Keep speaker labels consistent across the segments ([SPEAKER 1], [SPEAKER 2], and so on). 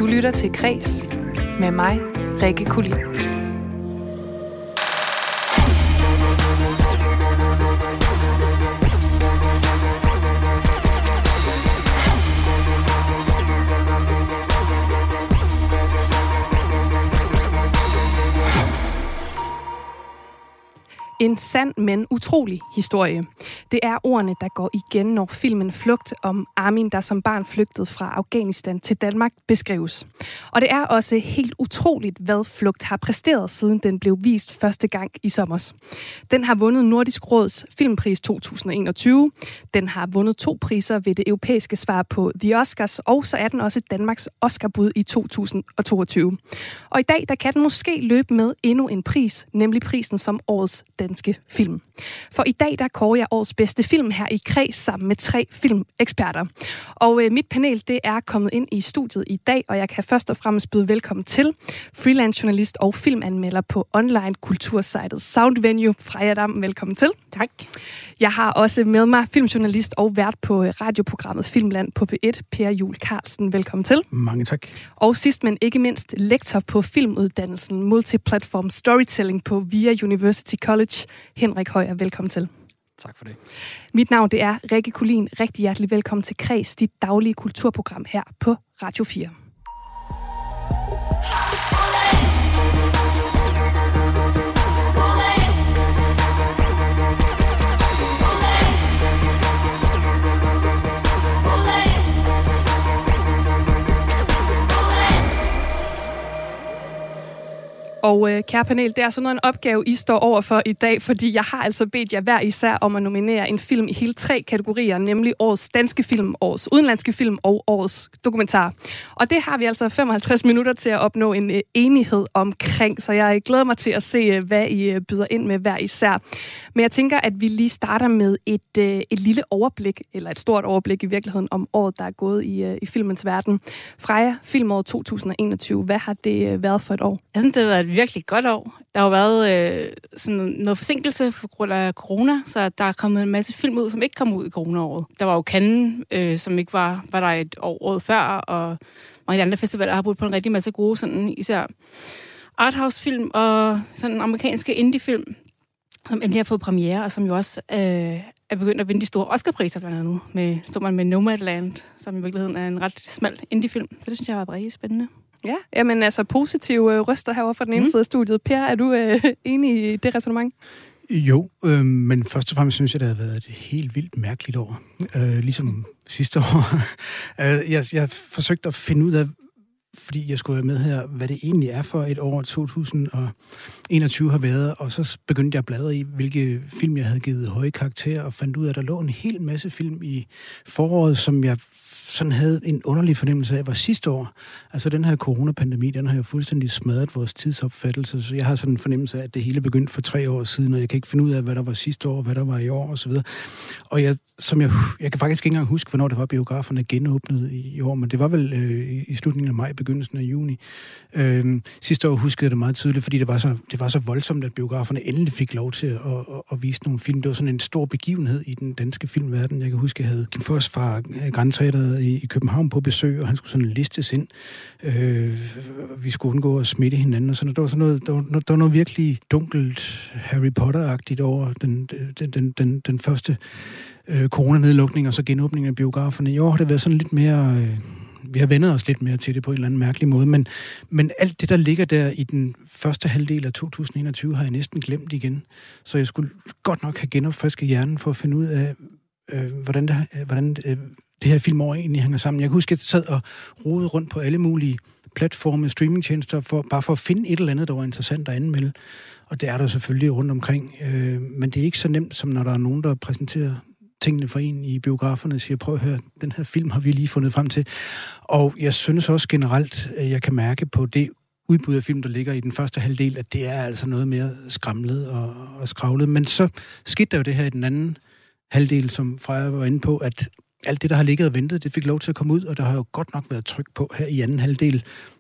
[SPEAKER 1] lytter til Kres med mig, Rikke Kulin. En sand, men utrolig historie. Det er ordene, der går igen, når filmen Flugt om Amin, der som barn flygtede fra Afghanistan til Danmark, beskrives. Og det er også helt utroligt, hvad Flugt har præsteret, siden den blev vist første gang i sommer. Den har vundet Nordisk Råds Filmpris 2021. Den har vundet 2 priser ved det europæiske svar på The Oscars, og så er den også Danmarks Oscarbud i 2022. Og i dag, der kan den måske løbe med endnu en pris, nemlig prisen som årets danske film. For i dag, der kårer jeg årets bedste film her i Kreds sammen med 3 filmeksperter. Og mit panel, det er kommet ind i studiet i dag, og jeg kan først og fremmest byde velkommen til freelance journalist og filmanmelder på online kultursitet Soundvenue, Freja Dam. Velkommen til.
[SPEAKER 2] Tak.
[SPEAKER 1] Jeg har også med mig filmjournalist og vært på radioprogrammet Filmland på P1, Per Juel Carlsen. Velkommen til.
[SPEAKER 3] Mange tak.
[SPEAKER 1] Og sidst, men ikke mindst, lektor på filmuddannelsen Multiplatform Storytelling på VIA University College, Henrik Højer. Velkommen til.
[SPEAKER 3] Tak for det.
[SPEAKER 1] Mit navn, det er Rikke Kulin. Rigtig hjertelig velkommen til Kreds, dit daglige kulturprogram her på Radio 4. Og kære panel, det er sådan en opgave, I står overfor i dag, fordi jeg har altså bedt jer hver især om at nominere en film i hele 3 kategorier, nemlig årets danske film, årets udenlandske film og årets dokumentar. Og det har vi altså 55 minutter til at opnå en enighed omkring, så jeg glæder mig til at se, hvad I byder ind med hver især. Men jeg tænker, at vi lige starter med et lille overblik, eller et stort overblik i virkeligheden, om året, der er gået i filmens verden. Freja, filmåret 2021, hvad har det været for et år?
[SPEAKER 2] Jeg synes, det har været et virkelig godt år. Der har jo været sådan noget forsinkelse på grund af corona, så der er kommet en masse film ud, som ikke kom ud i coronaåret. Der var jo Cannes, som ikke var der et året før, og mange andre festivaler har budt på en rigtig masse gode, sådan især arthouse-film og sådan amerikanske indie-film, som endelig har fået premiere, og som jo også er begyndt at vinde de store Oscar-priser blandt andet med Nomadland, som i virkeligheden er en ret smal indie-film. Så det synes jeg har været rigtig spændende.
[SPEAKER 1] Ja, jamen altså positive røster herovre fra den ene side af studiet. Per, er du enig i det ræsonnement?
[SPEAKER 3] Jo, men først og fremmest synes jeg, det har været et helt vildt mærkeligt år. Ligesom sidste år. Jeg forsøgte at finde ud af, fordi jeg skulle være med her, hvad det egentlig er for et år 2021 har været, og så begyndte jeg at bladre i, hvilke film jeg havde givet høje karakterer, og fandt ud af, at der lå en hel masse film i foråret, som jeg sådan havde en underlig fornemmelse af, var sidste år. Altså den her coronapandemi, den har jo fuldstændig smadret vores tidsopfattelse, så jeg har sådan en fornemmelse af, at det hele begyndte for 3 år siden, og jeg kan ikke finde ud af, hvad der var sidste år, hvad der var i år osv. Og jeg kan faktisk ikke engang huske, hvornår det var, biograferne genåbnede i år, men det var vel i slutningen af maj, begyndelsen af juni. Sidste år huskede jeg det meget tydeligt, fordi det var så voldsomt, at biograferne endelig fik lov til at vise nogle film. Det var sådan en stor begivenhed i den danske filmverden. Jeg kan huske, jeg havde Kim Fors fra Grand Teatret i København på besøg, og han skulle sådan listes ind. Vi skulle undgå at smitte hinanden, og sådan. Der var noget virkelig dunkelt Harry Potter-agtigt over den første coronanedlukning og så genåbningen af biograferne. I år har det været sådan lidt mere. Vi har vendet os lidt mere til det på en eller anden mærkelig måde, men alt det, der ligger der i den første halvdel af 2021, har jeg næsten glemt igen. Så jeg skulle godt nok have genopfrisket hjernen for at finde ud af, hvordan det her filmår egentlig hænger sammen. Jeg kan huske, at jeg sad og rodede rundt på alle mulige platforme, streamingtjenester, bare for at finde et eller andet, der var interessant at anmelde. Og det er der selvfølgelig rundt omkring. Men det er ikke så nemt, som når der er nogen, der præsenterer tingene for en i biograferne og siger, prøv at høre, den her film har vi lige fundet frem til. Og jeg synes også generelt, at jeg kan mærke på det udbud af film, der ligger i den første halvdel, at det er altså noget mere skramlet og skravlet. Men så skete der jo det her i den anden halvdel, som Freja var inde på, at alt det, der har ligget og ventet, det fik lov til at komme ud, og der har jo godt nok været tryk på her i anden halvdel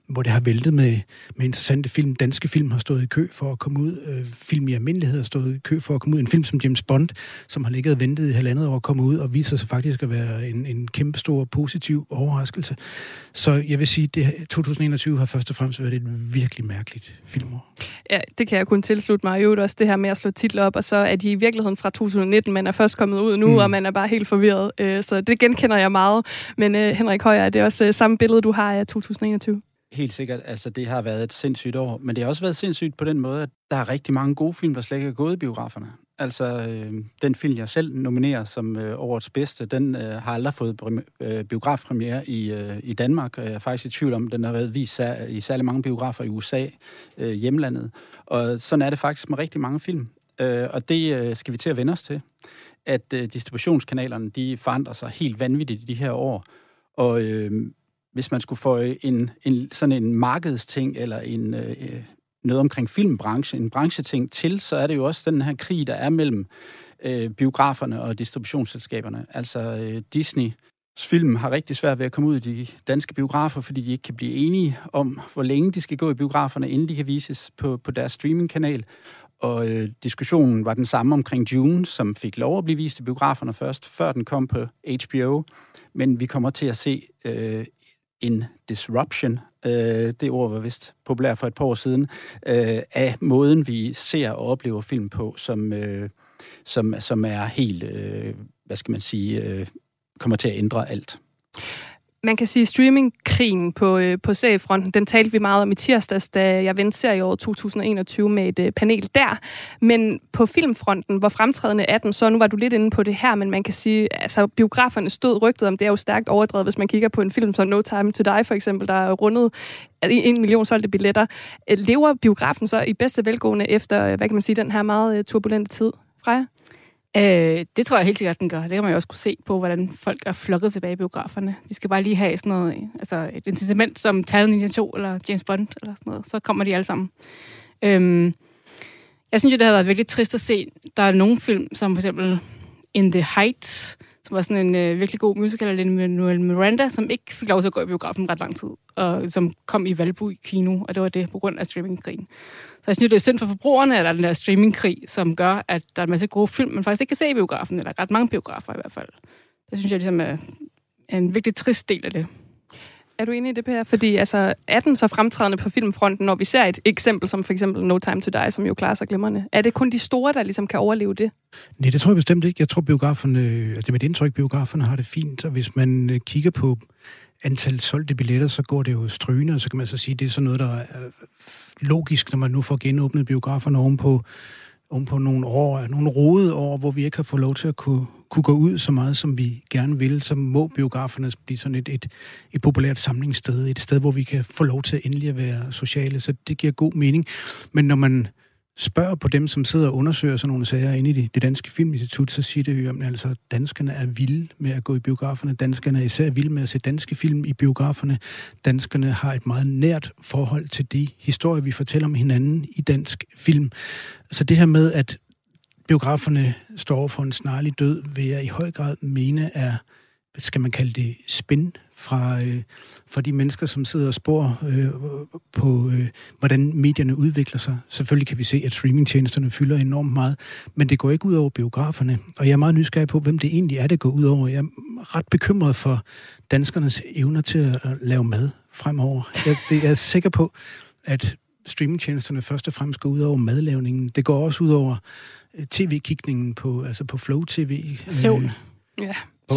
[SPEAKER 3] hvor det har væltet med interessante film. Danske film har stået i kø for at komme ud. Film i almindelighed har stået i kø for at komme ud. En film som James Bond, som har ligget og ventet i 1,5 år at komme ud, og viser sig faktisk at være en kæmpestor positiv overraskelse. Så jeg vil sige, at 2021 har først og fremmest været et virkelig mærkeligt filmår.
[SPEAKER 1] Ja, det kan jeg kun tilslutte mig. Jo, også det her med at slå titler op, og så er de i virkeligheden fra 2019, man er først kommet ud nu, og man er bare helt forvirret. Så det genkender jeg meget. Men Henrik Højer, er det også samme billede, du har af 2021?
[SPEAKER 4] Helt sikkert. Altså, det har været et sindssygt år. Men det har også været sindssygt på den måde, at der er rigtig mange gode film, der slet ikke er gået i biograferne. Altså, den film, jeg selv nominerer som årets bedste, den har aldrig fået biografpremiere i Danmark. Jeg er faktisk i tvivl om, den har været vist i særlig mange biografer i USA, hjemlandet. Og sådan er det faktisk med rigtig mange film. Og det skal vi til at vende os til. At distributionskanalerne, de forandrer sig helt vanvittigt i de her år. Og hvis man skulle få sådan en markedsting eller noget omkring filmbranchen, en brancheting til, så er det jo også den her krig, der er mellem biograferne og distributionsselskaberne. Altså Disneys film har rigtig svært ved at komme ud i de danske biografer, fordi de ikke kan blive enige om, hvor længe de skal gå i biograferne, inden de kan vises på deres streamingkanal. Og diskussionen var den samme omkring Dune, som fik lov at blive vist i biograferne først, før den kom på HBO. Men vi kommer til at se en disruption, det ord var vist populært for et par år siden, af måden, vi ser og oplever film på, som er helt, hvad skal man sige, kommer til at ændre alt.
[SPEAKER 1] Man kan sige, at streamingkrigen på seriefronten, den talte vi meget om i tirsdags, da jeg vendte serieåret 2021 med et panel der. Men på filmfronten, hvor fremtrædende er den, så nu var du lidt inde på det her, men man kan sige, altså biograferne stod rygtet om, det er jo stærkt overdrevet, hvis man kigger på en film som No Time to Die for eksempel, der er rundet 1 million solgte billetter. Lever biografen så i bedste velgående efter, hvad kan man sige, den her meget turbulente tid? Freja?
[SPEAKER 2] Det tror jeg helt sikkert, den gør. Det kan man jo også kunne se på, hvordan folk er flokket tilbage i biograferne. De skal bare lige have sådan noget, altså et incitament som Terminator Ninja 2 eller James Bond eller sådan noget. Så kommer de alle sammen. Jeg synes jo, det har været virkelig trist at se. Der er nogle film, som for eksempel In the Heights, som var sådan en virkelig god musical af Lin-Manuel Miranda, som ikke fik lov til at gå i biografen ret lang tid, og som kom i Valby Kino, og det var det på grund af streamingkrigen. Så jeg synes, det er synd for forbrugerne, at der er den der streamingkrig, som gør, at der er en masse gode film, man faktisk ikke kan se i biografen, eller ret mange biografer i hvert fald. Det synes jeg ligesom er en virkelig trist del af det.
[SPEAKER 1] Er du enig i det, Per? Fordi altså, er den så fremtrædende på filmfronten, når vi ser et eksempel som for eksempel No Time to Die, som jo klarer sig glimrende? Er det kun de store, der ligesom kan overleve det?
[SPEAKER 3] Nej, det tror jeg bestemt ikke. Jeg tror, biograferne, det er mit indtryk, biograferne har det fint. Og hvis man kigger på antal solgte billetter, så går det jo strygende, og så kan man så sige, at det er sådan noget, der er logisk, når man nu får genåbnet biograferne ovenpå nogle år, nogle rodede år, hvor vi ikke har fået lov til at kunne gå ud så meget, som vi gerne vil, så må biograferne blive sådan et populært samlingssted, et sted, hvor vi kan få lov til endelig at være sociale, så det giver god mening. Men når man spørger på dem, som sidder og undersøger sådan nogle sager inde i det danske filminstitut, så siger det jo, at altså, danskerne er vilde med at gå i biograferne. Danskerne er især vilde med at se danske film i biograferne. Danskerne har et meget nært forhold til de historier, vi fortæller om hinanden i dansk film. Så det her med, at biograferne står over for en snarlig død, vil jeg i høj grad mene er, skal man kalde det, spin fra de mennesker, som sidder og spor på, hvordan medierne udvikler sig. Selvfølgelig kan vi se, at streamingtjenesterne fylder enormt meget, men det går ikke ud over biograferne. Og jeg er meget nysgerrig på, hvem det egentlig er, det går ud over. Jeg er ret bekymret for danskernes evner til at lave mad fremover. Jeg er sikker på, at streamingtjenesterne først og fremmest går ud over madlavningen. Det går også ud over tv-kigningen på Flow TV.
[SPEAKER 2] Søvn.
[SPEAKER 1] Ja.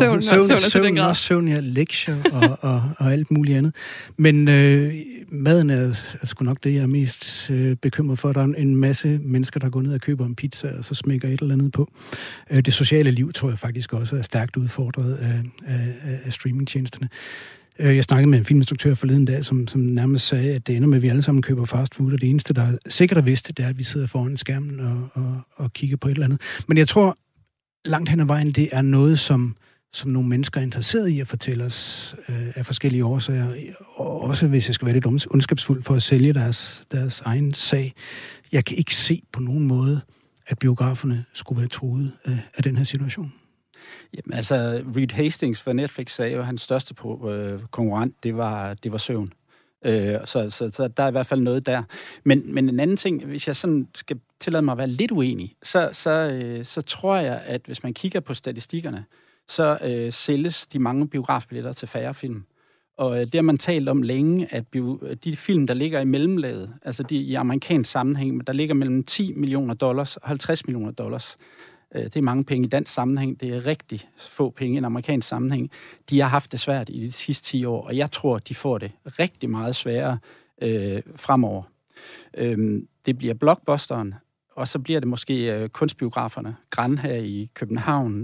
[SPEAKER 3] Søvn, ja, lektier og alt muligt andet. Men maden er sgu nok det, jeg er mest bekymret for. Der er en masse mennesker, der går ned og køber en pizza, og så smækker et eller andet på. Det sociale liv, tror jeg faktisk også er stærkt udfordret af streamingtjenesterne. Jeg snakkede med en filminstruktør forleden dag, som nærmest sagde, at det ender med, at vi alle sammen køber fast food, og det eneste, der sikkert er vidst, det er, at vi sidder foran skærmen og kigger på et eller andet. Men jeg tror, langt hen ad vejen, det er noget, som nogle mennesker er interesseret i at fortælle os af forskellige årsager, og også hvis jeg skal være lidt ondskabsfuld for at sælge deres egen sag. Jeg kan ikke se på nogen måde, at biograferne skulle være truet af den her situation.
[SPEAKER 4] Jamen, altså, Reed Hastings fra Netflix sagde jo, at hans største konkurrent, det var søvn. Så der er i hvert fald noget der. Men en anden ting, hvis jeg sådan skal tillade mig at være lidt uenig, så tror jeg, at hvis man kigger på statistikkerne, så sælges de mange biografbilletter til færre film. Og det har man talt om længe, at de film, der ligger i mellemlaget, altså de i amerikansk sammenhæng, der ligger mellem $10 million og $50 million. Det er mange penge i dansk sammenhæng. Det er rigtig få penge i en amerikansk sammenhæng. De har haft det svært i de sidste 10 år, og jeg tror, de får det rigtig meget sværere fremover. Det bliver blockbusteren, og så bliver det måske kunstbiograferne. Gran her i København,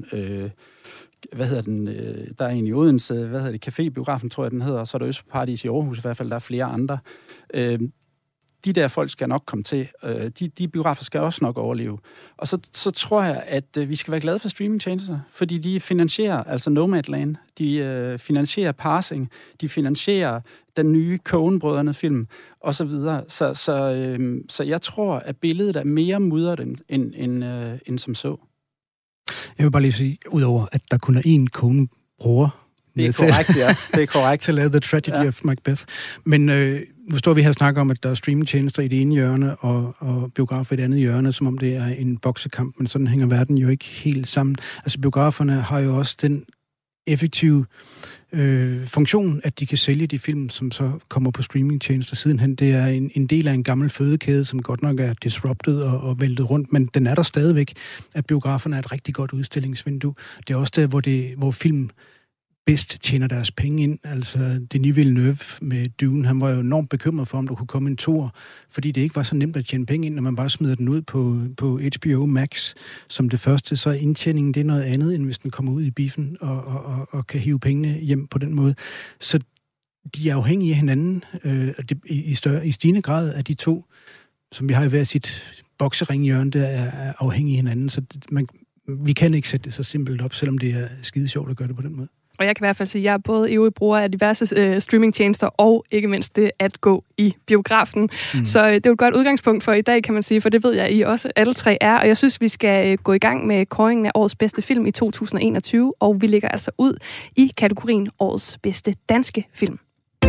[SPEAKER 4] der er en i Odense, Cafébiografen, tror jeg, den hedder, og så er der Østparadis i Aarhus i hvert fald, der er flere andre. De der folk skal nok komme til. De biografer skal også nok overleve. Og så tror jeg, at vi skal være glade for streamingtjenester, fordi de finansierer, altså Nomadland, de finansierer Parsing, de finansierer den nye Coen-brødrene film, og så videre. Så jeg tror, at billedet er mere mudret end som så.
[SPEAKER 3] Jeg vil bare lige sige, udover at der kun er én Coen-bror.
[SPEAKER 4] Det er korrekt, ja. Det er korrekt.
[SPEAKER 3] Til at lave The Tragedy of Macbeth. Men nu står vi her og snakker om, at der er streamingtjenester i det ene hjørne, og biografer i det andet hjørne, som om det er en boksekamp, men sådan hænger verden jo ikke helt sammen. Altså biograferne har jo også den effektive funktion, at de kan sælge de film, som så kommer på streamingtjenester sidenhen. Det er en del af en gammel fødekæde, som godt nok er disrupted og væltet rundt, men den er der stadigvæk, at biograferne er et rigtig godt udstillingsvindue. Det er også der, hvor film bedst tjener deres penge ind. Altså, Denis Villeneuve med Dune, han var jo enormt bekymret for, om der kunne komme en toer, fordi det ikke var så nemt at tjene penge ind, når man bare smider den ud på HBO Max som det første. Så indtjeningen, det er noget andet, end hvis den kommer ud i biffen og kan hive pengene hjem på den måde. Så de er afhængige af hinanden i stigende grad af de to, som vi har i hver sit bokseringhjørne, der er afhængige af hinanden. Så vi kan ikke sætte det så simpelt op, selvom det er skide sjovt at gøre det på den måde.
[SPEAKER 1] Og jeg kan i hvert fald sige, at jeg er både ivrig bruger af diverse streamingtjenester, og ikke mindst det at gå i biografen. Så det er jo et godt udgangspunkt for i dag, kan man sige, for det ved jeg, at I også alle tre er. Og jeg synes, vi skal gå i gang med kåringen af årets bedste film i 2021, og vi ligger altså ud i kategorien årets bedste danske film.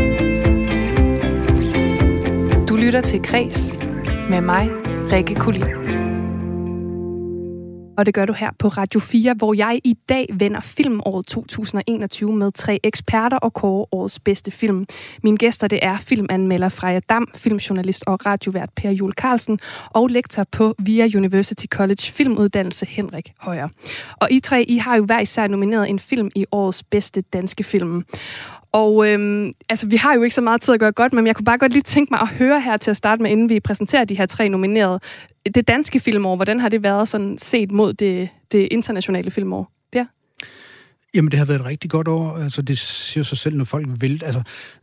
[SPEAKER 1] Du lytter til Kres med mig, Rikke Kulin. Og det gør du her på Radio 4, hvor jeg i dag vender filmåret 2021 med 3 eksperter og kårer årets bedste film. Mine gæster, det er filmanmelder Freja Dam, filmjournalist og radiovært Per Juel Carlsen og lektor på VIA University College filmuddannelse Henrik Højer. Og I tre, I har jo hver især nomineret en film i årets bedste danske film. Og vi har jo ikke så meget tid at gøre godt, men jeg kunne bare godt lige tænke mig at høre her til at starte med, inden vi præsenterer de her 3 nominerede. Det danske filmår, hvordan har det været sådan set mod det internationale filmår? Per?
[SPEAKER 3] Jamen, det har været et rigtig godt år. Altså, det siger sig selv, når folk vil. Altså,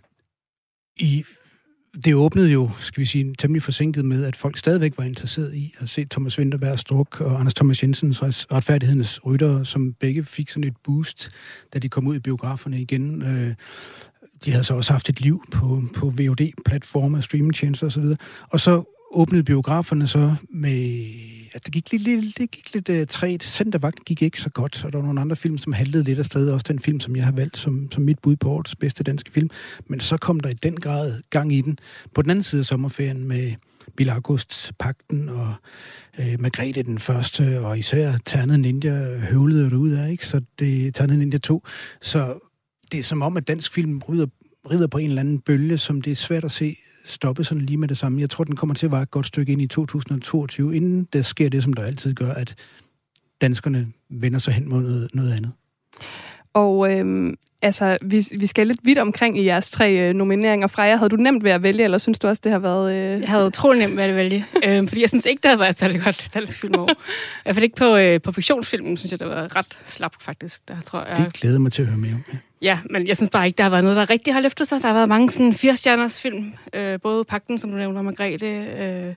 [SPEAKER 3] det åbnede jo, skal vi sige, temmelig forsinket med, at folk stadigvæk var interesseret i at se Thomas Vinterberg Struk og Anders Thomas Jensens Retfærdighedens Ryttere, som begge fik sådan et boost, da de kom ud i biograferne igen. De havde så også haft et liv på VOD-platformer, streamingtjenester osv. Og så åbnede biograferne så med, at det gik lidt træt. Centervagt gik ikke så godt, og der var nogle andre film, som haltede lidt afsted. Også den film, som jeg har valgt som mit bud på årets bedste danske film. Men så kom der i den grad gang i den. På den anden side af sommerferien med Bill Augusts Pagten og Margrethe den første, og især Ternet Ninja høvlede det ud af, ikke? Så det er Ternet Ninja 2. Så det er som om, at dansk film rider på en eller anden bølge, som det er svært at se stoppe sådan lige med det samme. Jeg tror, den kommer til at være et godt stykke ind i 2022, inden der sker det, som der altid gør, at danskerne vender sig hen mod noget andet. Og
[SPEAKER 1] vi skal lidt vidt omkring i jeres 3 nomineringer. Freja, havde du nemt ved at vælge, eller synes du også, det har været...
[SPEAKER 2] Jeg havde utrolig nemt ved at vælge, fordi jeg synes ikke, det har været et særlig godt dansk filmår. I hvert fald ikke på fiktionsfilmen, synes jeg, det har været ret slapt, faktisk. Der, tror jeg...
[SPEAKER 3] Det glæder mig til at høre mere om.
[SPEAKER 2] Ja, men jeg synes bare ikke, der har været noget, der rigtig har løftet sig. Der har været mange sådan 4-stjerners film. Både Pagten, som du nævner, Margrethe.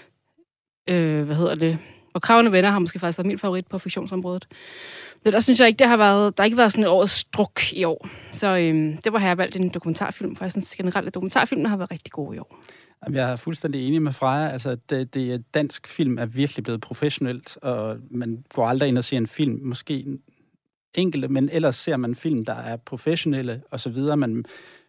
[SPEAKER 2] Og Kravende Venner har måske faktisk været min favorit på fiktionsområdet. Men der synes jeg ikke, der har ikke været sådan et årets struk i år. Så det var her, jeg valgt en dokumentarfilm, for jeg synes generelt, at dokumentarfilmene har været rigtig gode i år.
[SPEAKER 4] Jeg er fuldstændig enig med Freja. Altså, det dansk film er virkelig blevet professionelt, og man går aldrig ind og ser en film, måske enkelte, men ellers ser man film, der er professionelle og så videre.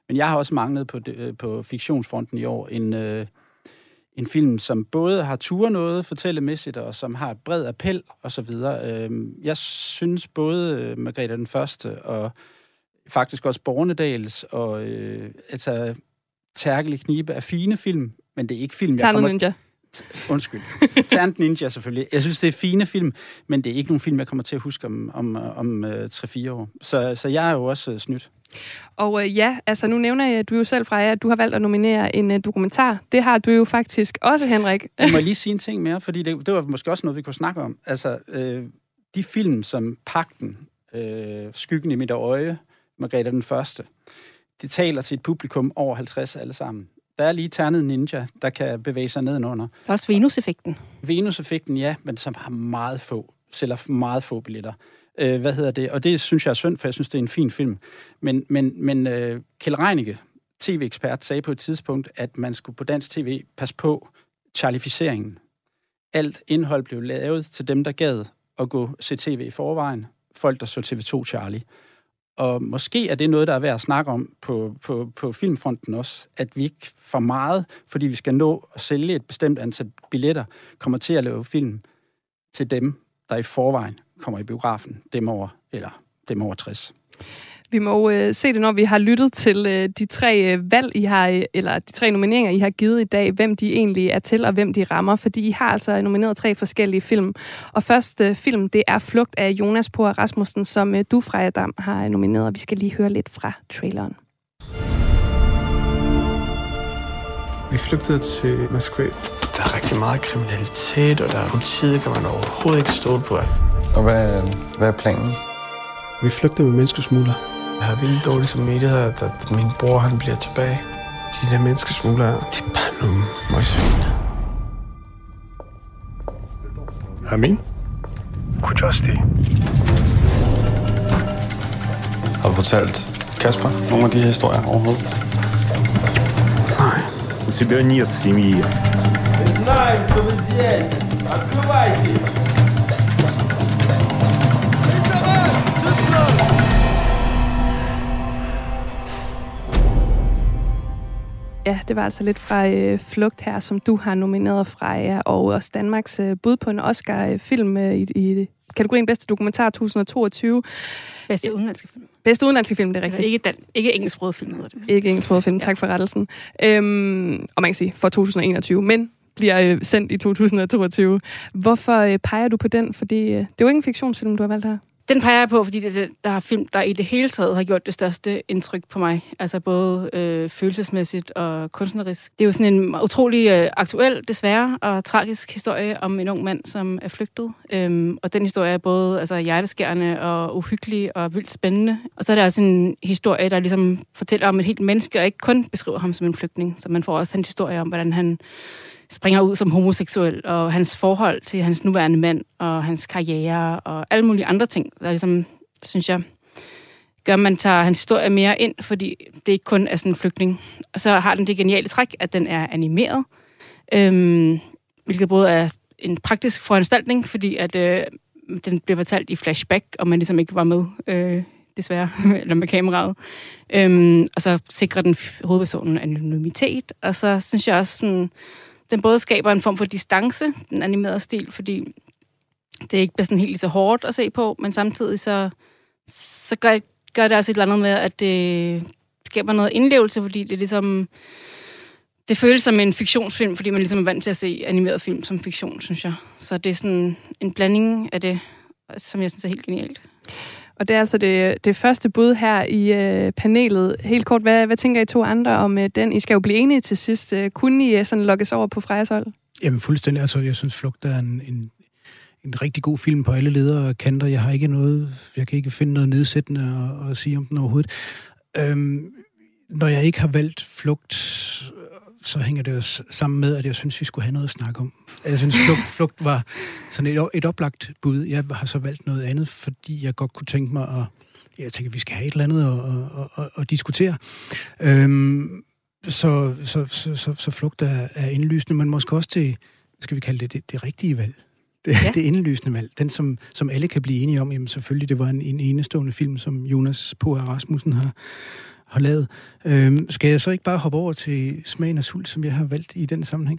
[SPEAKER 4] Men jeg har også manglet på fiktionsfronten i år en film, som både har turet noget fortællemæssigt, og som har bred appel osv. Jeg synes både Margrethe den Første og faktisk også Bornedals og Terkel Knibe er fine film, men det er ikke film,
[SPEAKER 1] Ternet Ninja.
[SPEAKER 4] Undskyld. Ternet Ninja selvfølgelig. Jeg synes, det er fine film, men det er ikke nogen film, jeg kommer til at huske om 3-4 år. Så jeg er jo også snydt.
[SPEAKER 1] Og altså nu nævner du jo selv, Freja, at du har valgt at nominere en dokumentar. Det har du jo faktisk også, Henrik.
[SPEAKER 4] Jeg må lige sige en ting mere, fordi det var måske også noget, vi kunne snakke om. Altså, de film som Pagten, Skyggen i mit øje, Margrethe den Første, det taler til et publikum over 50 alle sammen. Der er lige Ternet Ninja, der kan bevæge sig nedenunder. Der
[SPEAKER 2] er også Venus-effekten.
[SPEAKER 4] Venus-effekten, ja, men som har sælger meget få billetter. Og det synes jeg er synd, for jeg synes, det er en fin film. Men Kjeld Reinicke, tv-ekspert, sagde på et tidspunkt, at man skulle på dansk tv passe på charlificeringen. Alt indhold blev lavet til dem, der gad at se tv i forvejen. Folk, der så TV2 Charlie. Og måske er det noget, der er værd at snakke om på filmfronten også, at vi ikke for meget, fordi vi skal nå at sælge et bestemt antal billetter, kommer til at lave film til dem, der i forvejen kommer i biografen, dem over 60.
[SPEAKER 1] Vi må se det, når vi har lyttet til de 3 valg, eller de 3 nomineringer, I har givet i dag, hvem de egentlig er til, og hvem de rammer, fordi I har altså nomineret 3 forskellige film. Og første film, det er Flugt af Jonas Poher Rasmussen, som du, Freja Dam, har nomineret. Vi skal lige høre lidt fra traileren.
[SPEAKER 5] Vi flygtede til Moskva. Der er rigtig meget kriminalitet, og der er politiet, kan man overhovedet ikke stole på.
[SPEAKER 6] Og hvad er planen?
[SPEAKER 5] Vi flygtede med menneskesmugler. Jeg har vildt dårligt samvittighed, at min bror han bliver tilbage. De der menneskesmuglere, de er bare nogle møgsvin.
[SPEAKER 7] Amin?
[SPEAKER 5] Kujosti.
[SPEAKER 6] Har du fortalt Kasper nogle af de her historier overhovedet?
[SPEAKER 5] Nej.
[SPEAKER 7] У тебя нет семьи.
[SPEAKER 8] Знаем, что вы здесь. Открывайте.
[SPEAKER 1] Ja, det var altså lidt fra Flugt her, som du har nomineret, Freja, og også Danmarks bud på en Oscar-film i kategorien Bedste Dokumentar 2022.
[SPEAKER 2] Bedste udenlandske film.
[SPEAKER 1] Bedste udenlandske film, det er rigtigt.
[SPEAKER 2] Ikke engelsksproget film, hedder det.
[SPEAKER 1] Ikke engelsksproget film, tak for rettelsen. Og man kan sige, for 2021, men bliver sendt i 2022. Hvorfor peger du på den? Fordi det er jo ikke en fiktionsfilm, du har valgt her.
[SPEAKER 2] Den peger jeg på, fordi det er film, der i det hele taget har gjort det største indtryk på mig. Altså både følelsesmæssigt og kunstnerisk. Det er jo sådan en utrolig aktuel, desværre, og tragisk historie om en ung mand, som er flygtet. Og den historie er både hjerteskærende og uhyggelig og vildt spændende. Og så er der også en historie, der ligesom fortæller om et helt menneske, og ikke kun beskriver ham som en flygtning. Så man får også hans historie om, hvordan han springer ud som homoseksuel, og hans forhold til hans nuværende mand, og hans karriere, og alle mulige andre ting, der ligesom, synes jeg, gør, at man tager hans historie mere ind, fordi det ikke kun er sådan en flygtning. Og så har den det geniale træk, at den er animeret, hvilket både er en praktisk foranstaltning, fordi at den bliver fortalt i flashback, og man ligesom ikke var med, desværre, eller med kameraet. Og så sikrer den hovedpersonen anonymitet, og så synes jeg også sådan, den både skaber en form for distance, den animerede stil, fordi det ikke bliver sådan helt lige så hårdt at se på, men samtidig så gør det også et eller andet med, at det skaber noget indlevelse, fordi det ligesom, det føles som en fiktionsfilm, fordi man ligesom er vant til at se animeret film som fiktion, synes jeg. Så det er sådan en blanding af det, som jeg synes er helt genialt.
[SPEAKER 1] Og det er altså det første bud her i panelet. Helt kort, hvad tænker I 2 andre om den? I skal jo blive enige til sidst. Kunne I sådan lokkes over på Frejas hold?
[SPEAKER 3] Jamen fuldstændig. Altså, jeg synes, Flugt er en rigtig god film på alle ledere og kanter. Jeg kan ikke finde noget nedsættende at sige om den overhovedet. Når jeg ikke har valgt Flugt, så hænger det jo sammen med, at jeg synes, vi skulle have noget at snakke om. Jeg synes, Flugt var sådan et oplagt bud. Jeg har så valgt noget andet, fordi jeg godt kunne tænke mig jeg tænker, at vi skal have et eller andet at diskutere. Så Flugt er indlysende, men måske også det, skal vi kalde det rigtige valg. Det indlysende valg. Den, som alle kan blive enige om, jamen selvfølgelig, det var en enestående film, som Jonas Poher Rasmussen har har lavet. Skal jeg så ikke bare hoppe over til Smagen af sult, som jeg har valgt i den sammenhæng?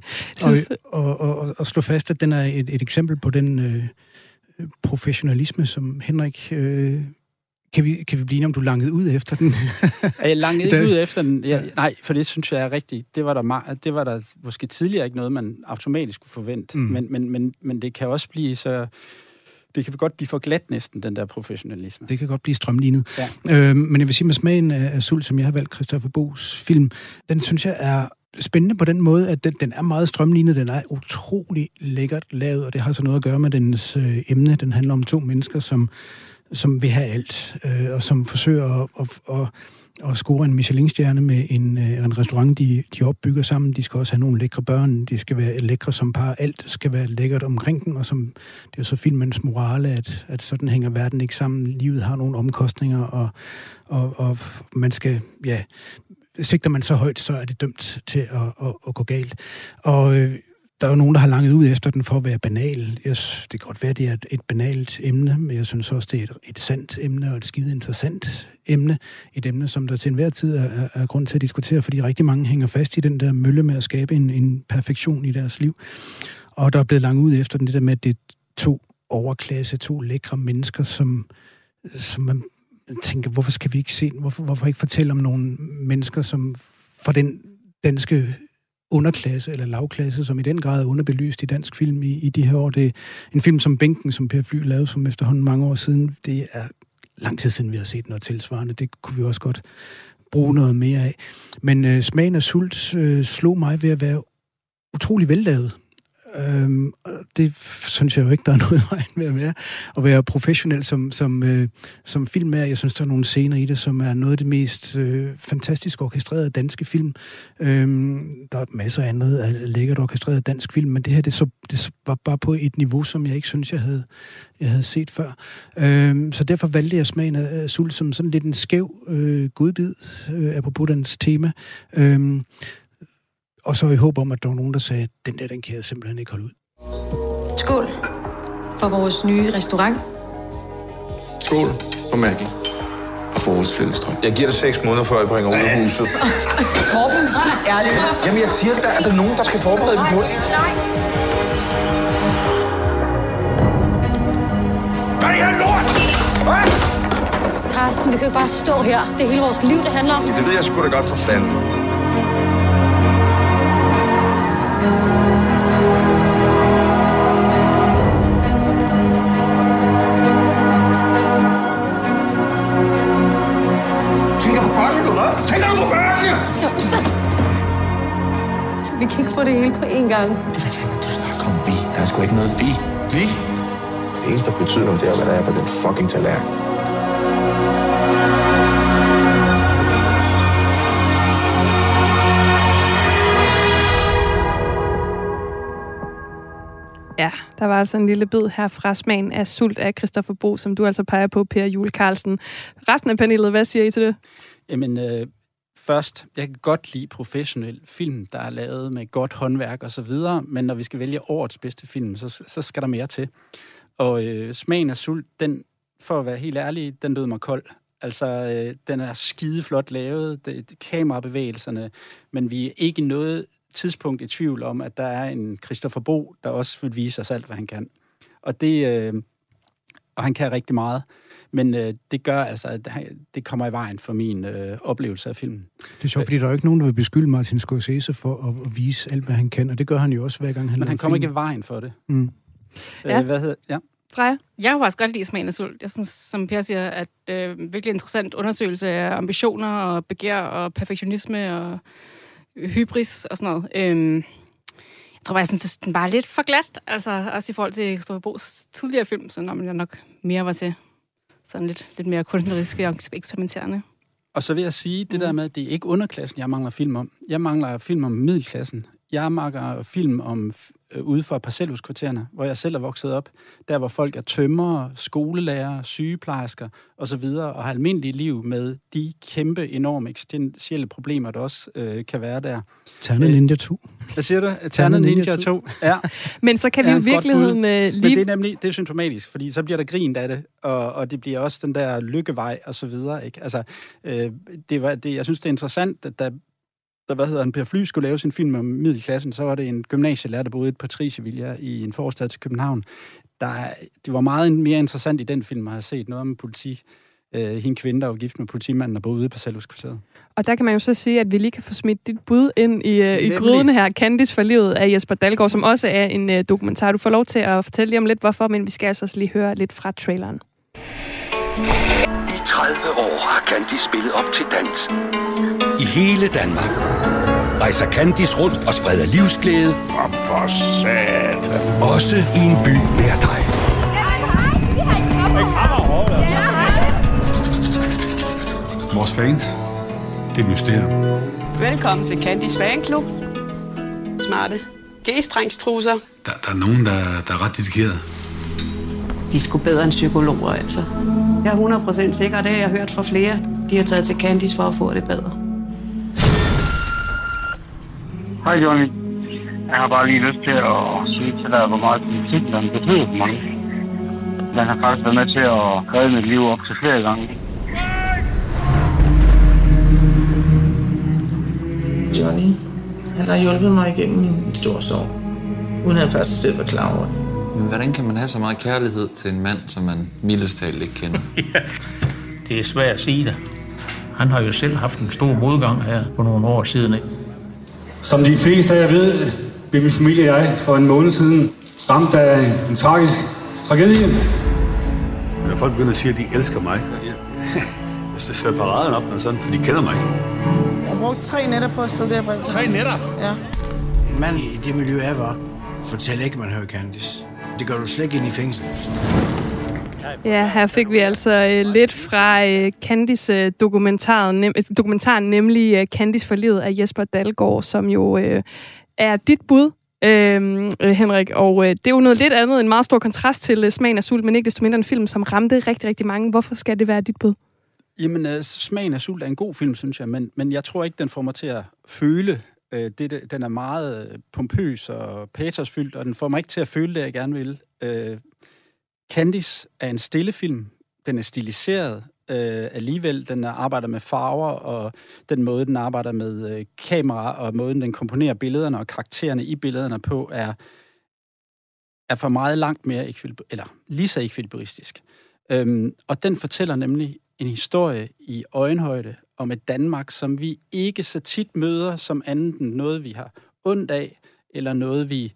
[SPEAKER 3] Og slå fast, at den er et eksempel på den professionalisme, som Henrik... Kan vi blive enige om, du langede ud efter den?
[SPEAKER 4] Jeg langede ikke ud efter den. Nej, for det synes jeg er rigtigt. Det var der måske tidligere ikke noget, man automatisk kunne forvente. Men det kan også blive så... Det kan godt blive for glat næsten, den der professionalisme.
[SPEAKER 3] Det kan godt blive strømlignet.
[SPEAKER 4] Ja.
[SPEAKER 3] Men jeg vil sige, med Smagen af sult, som jeg har valgt, Christoffer Boes film, den synes jeg er spændende på den måde, at den er meget strømlignet. Den er utrolig lækkert lavet, og det har så noget at gøre med dens emne. Den handler om 2 mennesker, som vil have alt, og som forsøger at score en Michelin-stjerne med en restaurant, de opbygger sammen. De skal også have nogle lækre børn, de skal være lækre som par. Alt skal være lækkert omkring den, og som det er jo så filmens morale, at sådan hænger verden ikke sammen. Livet har nogle omkostninger, og man skal, sigter man så højt, så er det dømt til at gå galt. Og der er jo nogen, der har langet ud efter den for at være banal. Det kan godt være, at det er et banalt emne, men jeg synes også, det er et sandt emne og et skide interessant emne. Et emne, som der til enhver tid er grund til at diskutere, fordi rigtig mange hænger fast i den der mølle med at skabe en perfektion i deres liv. Og der er blevet langt ud efter den, det der med, at det er 2 overklasse, 2 lækre mennesker, som man tænker, hvorfor skal vi ikke se, hvorfor ikke fortælle om nogle mennesker, som fra den danske underklasse eller lavklasse, som i den grad er underbelyst i dansk film i de her år. Det er en film som Bænken, som Per Fly lavede som efterhånden mange år siden. Det er lang tid siden, vi har set noget tilsvarende. Det kunne vi også godt bruge noget mere af. Men Smagen af sult slog mig ved at være utrolig vellavet. Det synes jeg jo ikke, der er noget i vejen med at være professionel som film er. Jeg synes, der er nogle scener i det, som er noget af det mest fantastisk orkestrerede danske film. Der er masser af andet lækkert orkestreret dansk film, men det her, det var bare på et niveau, som jeg ikke synes, jeg havde set før. Så derfor valgte jeg Smagen af sult som sådan lidt en skæv godbid, apropos dens tema. Og så i håb om, at der var nogen, der sagde, at den kan jeg simpelthen ikke holde ud.
[SPEAKER 9] Skål for vores nye restaurant.
[SPEAKER 10] Skål for Maggie og for vores fællesdrøm. Jeg giver dig 6 måneder, før jeg bringer ud af huset.
[SPEAKER 9] Torben, ærligt.
[SPEAKER 10] Jamen, jeg siger, at der er nogen, der skal forberede dem på det. Hvad er det her lort?
[SPEAKER 9] Carsten, vi kan jo ikke bare stå her. Det er hele vores liv, det handler om.
[SPEAKER 10] Det ved jeg sgu da godt for fanden.
[SPEAKER 9] Vi kan ikke få det hele på én gang.
[SPEAKER 10] Hvad fanden du snakker om vi? Der er sgu ikke noget vi. Vi? Det eneste, der betyder noget, det er, hvad der er på den fucking tallerken.
[SPEAKER 1] Ja, der var altså en lille bid her fra Smagen af sult af Christoffer Boe, som du altså peger på, Per Juel Carlsen. Resten af panelet, hvad siger I til det?
[SPEAKER 4] Jamen, først, jeg kan godt lide professionel film, der er lavet med godt håndværk og så videre, men når vi skal vælge årets bedste film, så skal der mere til. Og Smagen af sult, den, for at være helt ærlig, den lød mig kold. Altså, den er skideflot lavet, kamerabevægelserne, men vi er ikke noget tidspunkt i tvivl om, at der er en Christoffer Boe, der også vil vise os alt, hvad han kan. Og og han kan rigtig meget. Men det gør altså, at det kommer i vejen for min oplevelse af filmen.
[SPEAKER 3] Det er sjovt, fordi der er jo ikke nogen, der vil beskylde Martin Scorsese for at vise alt, hvad han kan, og det gør han jo også hver gang han.
[SPEAKER 4] Men han kommer ikke i vejen for det.
[SPEAKER 1] Mm. Ja.
[SPEAKER 4] Hvad hedder? Ja.
[SPEAKER 2] Freja? Jeg har faktisk godt lide Smagen af sult. Jeg synes, som Per siger, at virkelig interessant undersøgelse af ambitioner og begær og perfektionisme og hybris og sådan noget. Jeg tror bare, jeg synes, den var lidt for glat, altså også i forhold til Christoffer Boes tidligere film, så når man nok mere var til sådan lidt mere kunstneriske og eksperimenterende.
[SPEAKER 4] Og så vil jeg sige, det der med, at det er ikke underklassen, jeg mangler film om. Jeg mangler film om middelklassen. Jeg mangler film om ude for parcelhuskvartererne, hvor jeg selv er vokset op. Der, hvor folk er tømrere, skolelærere, sygeplejersker osv., og har almindelige liv med de kæmpe, enorme, eksistentielle problemer, der også kan være der.
[SPEAKER 3] Ternet Ninja 2.
[SPEAKER 4] Hvad siger du? Ternet Ninja 2, ja.
[SPEAKER 1] Men så kan vi i virkeligheden
[SPEAKER 4] lige... Men det er nemlig det er symptomatisk, fordi så bliver der grint af det, og det bliver også den der lykkevej og så videre, ikke? Altså, jeg synes, det er interessant, at Per Fly skulle lave sin film om middelklassen, så var det en gymnasielærer, der boede i Patricievilla i en forstad til København. Det var meget mere interessant i den film, at have set noget om politi. Hende kvinde, der var gift med politimanden, der boede ude på Parcelhuskvarteret.
[SPEAKER 1] Og der kan man jo så sige, at vi lige kan få smidt dit bud ind i gryden her. Candice for livet af Jesper Dalgaard, som også er en dokumentar. Du får lov til at fortælle lige om lidt, hvorfor, men vi skal altså lige høre lidt fra traileren.
[SPEAKER 11] I 30 år har Candice spillet op til dans. I hele Danmark. Rejser Candice rundt og spreder livsglæde.
[SPEAKER 7] Om for satan.
[SPEAKER 11] Også i en by nær dig.
[SPEAKER 12] Vores fans, det er mysterium.
[SPEAKER 13] Velkommen til Candice Fanklub. Smarte G-strengstrusser.
[SPEAKER 12] Der er nogen, der er ret dedikeret.
[SPEAKER 13] De skulle bedre end psykologer, altså. Jeg er 100% sikker, det har jeg hørt fra flere. De har taget til Candice for at få det bedre.
[SPEAKER 14] Hej Johnny. Jeg har bare lige lyst til at sige til dig, hvor meget politik den betyder for mig. Den har faktisk været med til at redde mit liv op til flere gange.
[SPEAKER 15] Johnny, han har hjulpet mig igennem en stor sorg, uden at jeg faktisk selv var klar over det.
[SPEAKER 16] Men hvordan kan man have så meget kærlighed til en mand, som man mildest talt ikke kender?
[SPEAKER 17] Ja, det er svært at sige det. Han har jo selv haft en stor modgang her for nogle år siden. Ikke?
[SPEAKER 12] Som de fleste af jer ved, blev min familie og jeg for en måned siden ramt af en tragisk tragedie. Når folk begynder at sige, at de elsker mig, jeg sætter paraden op, og sådan, for de kender mig.
[SPEAKER 15] Jeg har brugt 3 nætter på at skrive det her brev.
[SPEAKER 12] 3 nætter?
[SPEAKER 15] Ja.
[SPEAKER 3] En mand i det miljø, jeg var, fortæller ikke, man hører Candice. Det gør du slet ikke ind i fængsel.
[SPEAKER 1] Ja, her fik vi altså lidt fra Candice-dokumentaren, nemlig Candice for livet af Jesper Dalgaard, som jo er dit bud, Henrik. Og det er jo noget lidt andet, en meget stor kontrast til Smagen af sult, men ikke desto mindre en film, som ramte rigtig, rigtig mange. Hvorfor skal det være dit bud?
[SPEAKER 4] Jamen, Smagen af sult er en god film, synes jeg, men jeg tror ikke, den får mig til at føle. Den er meget pompøs og patosfyldt, og den får mig ikke til at føle det, jeg gerne vil. Candice er en stille film. Den er stiliseret alligevel. Den arbejder med farver, og den måde, den arbejder med kamera, og måden, den komponerer billederne og karaktererne i billederne på, er for meget langt mere lige så ekviliberistisk. Og den fortæller nemlig en historie i øjenhøjde om et Danmark, som vi ikke så tit møder som andet end noget, vi har ondt af, eller noget, vi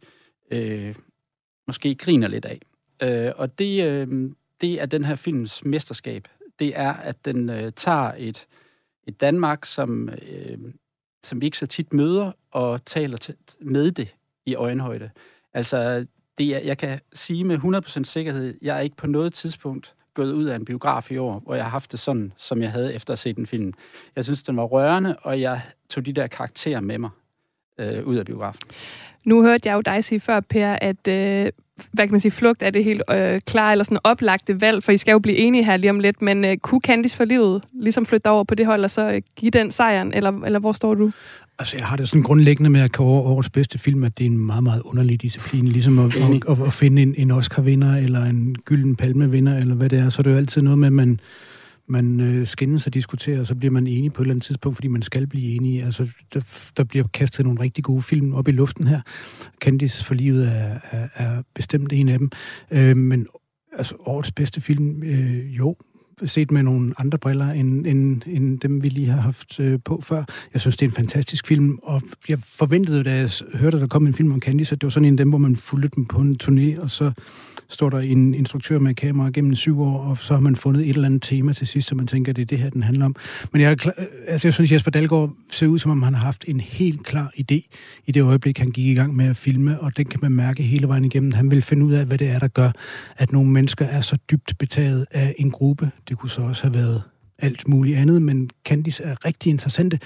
[SPEAKER 4] måske griner lidt af. Og det er den her films mesterskab. Det er, at den tager et Danmark, som vi ikke så tit møder, og taler med det i øjenhøjde. Altså, jeg kan sige med 100% sikkerhed, jeg er ikke på noget tidspunkt gået ud af en biograf i år, hvor jeg har haft det sådan, som jeg havde efter at se den film. Jeg synes, den var rørende, og jeg tog de der karakterer med mig ud af biografen.
[SPEAKER 1] Nu hørte jeg jo dig sige før, Per, at hvad kan man sige, flugt er det helt klare eller sådan oplagte valg, for I skal jo blive enige her lige om lidt, men kunne Candice for livet ligesom flytte over på det hold, og så give den sejren, eller hvor står du?
[SPEAKER 3] Altså, jeg har det sådan grundlæggende med at kåre årets bedste film, at det er en meget, meget underlig disciplin, ligesom at finde en Oscar-vinder, eller en Gylden Palme-vinder, eller hvad det er, så er det jo altid noget med, at man skændes og diskuterer, og så bliver man enig på et eller andet tidspunkt, fordi man skal blive enige. Altså, der bliver kastet nogle rigtig gode film op i luften her. Candice for livet er bestemt en af dem. Men altså, årets bedste film, jo, set med nogle andre briller, end dem, vi lige har haft på før. Jeg synes, det er en fantastisk film, og jeg forventede, da jeg hørte, at der kom en film om Candice, at det var sådan en af dem, hvor man fulgte dem på en turné, og så står der en instruktør med kamera gennem 7 år, og så har man fundet et eller andet tema til sidst, så man tænker, det er det her, den handler om. Men jeg synes, Jesper Dalgaard ser ud, som om han har haft en helt klar idé i det øjeblik, han gik i gang med at filme, og den kan man mærke hele vejen igennem. Han vil finde ud af, hvad det er, der gør, at nogle mennesker er så dybt betaget af en gruppe. Det kunne så også have været alt muligt andet, men Candice er rigtig interessante,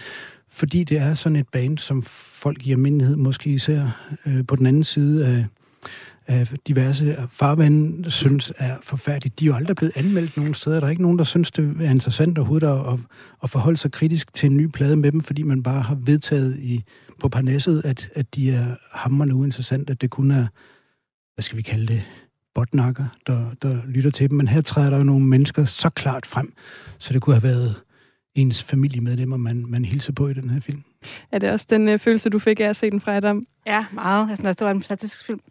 [SPEAKER 3] fordi det er sådan et band, som folk i almindelighed, måske især på den anden side af diverse farvande, synes er forfærdeligt. De er jo aldrig blevet anmeldt nogen steder. Der er ikke nogen, der synes, det er interessant overhovedet at forholde sig kritisk til en ny plade med dem, fordi man bare har vedtaget på Parnasset, at de er hamrende uinteressant, at det kun er, hvad skal vi kalde det, botnakker, der lytter til dem. Men her træder der jo nogle mennesker så klart frem, så det kunne have været ens familiemedlemmer, man hilser på i den her film.
[SPEAKER 1] Er det også den følelse, du fik af at se den, Freja Dam?
[SPEAKER 2] Ja, meget. Jeg synes også, det var en fantastisk film.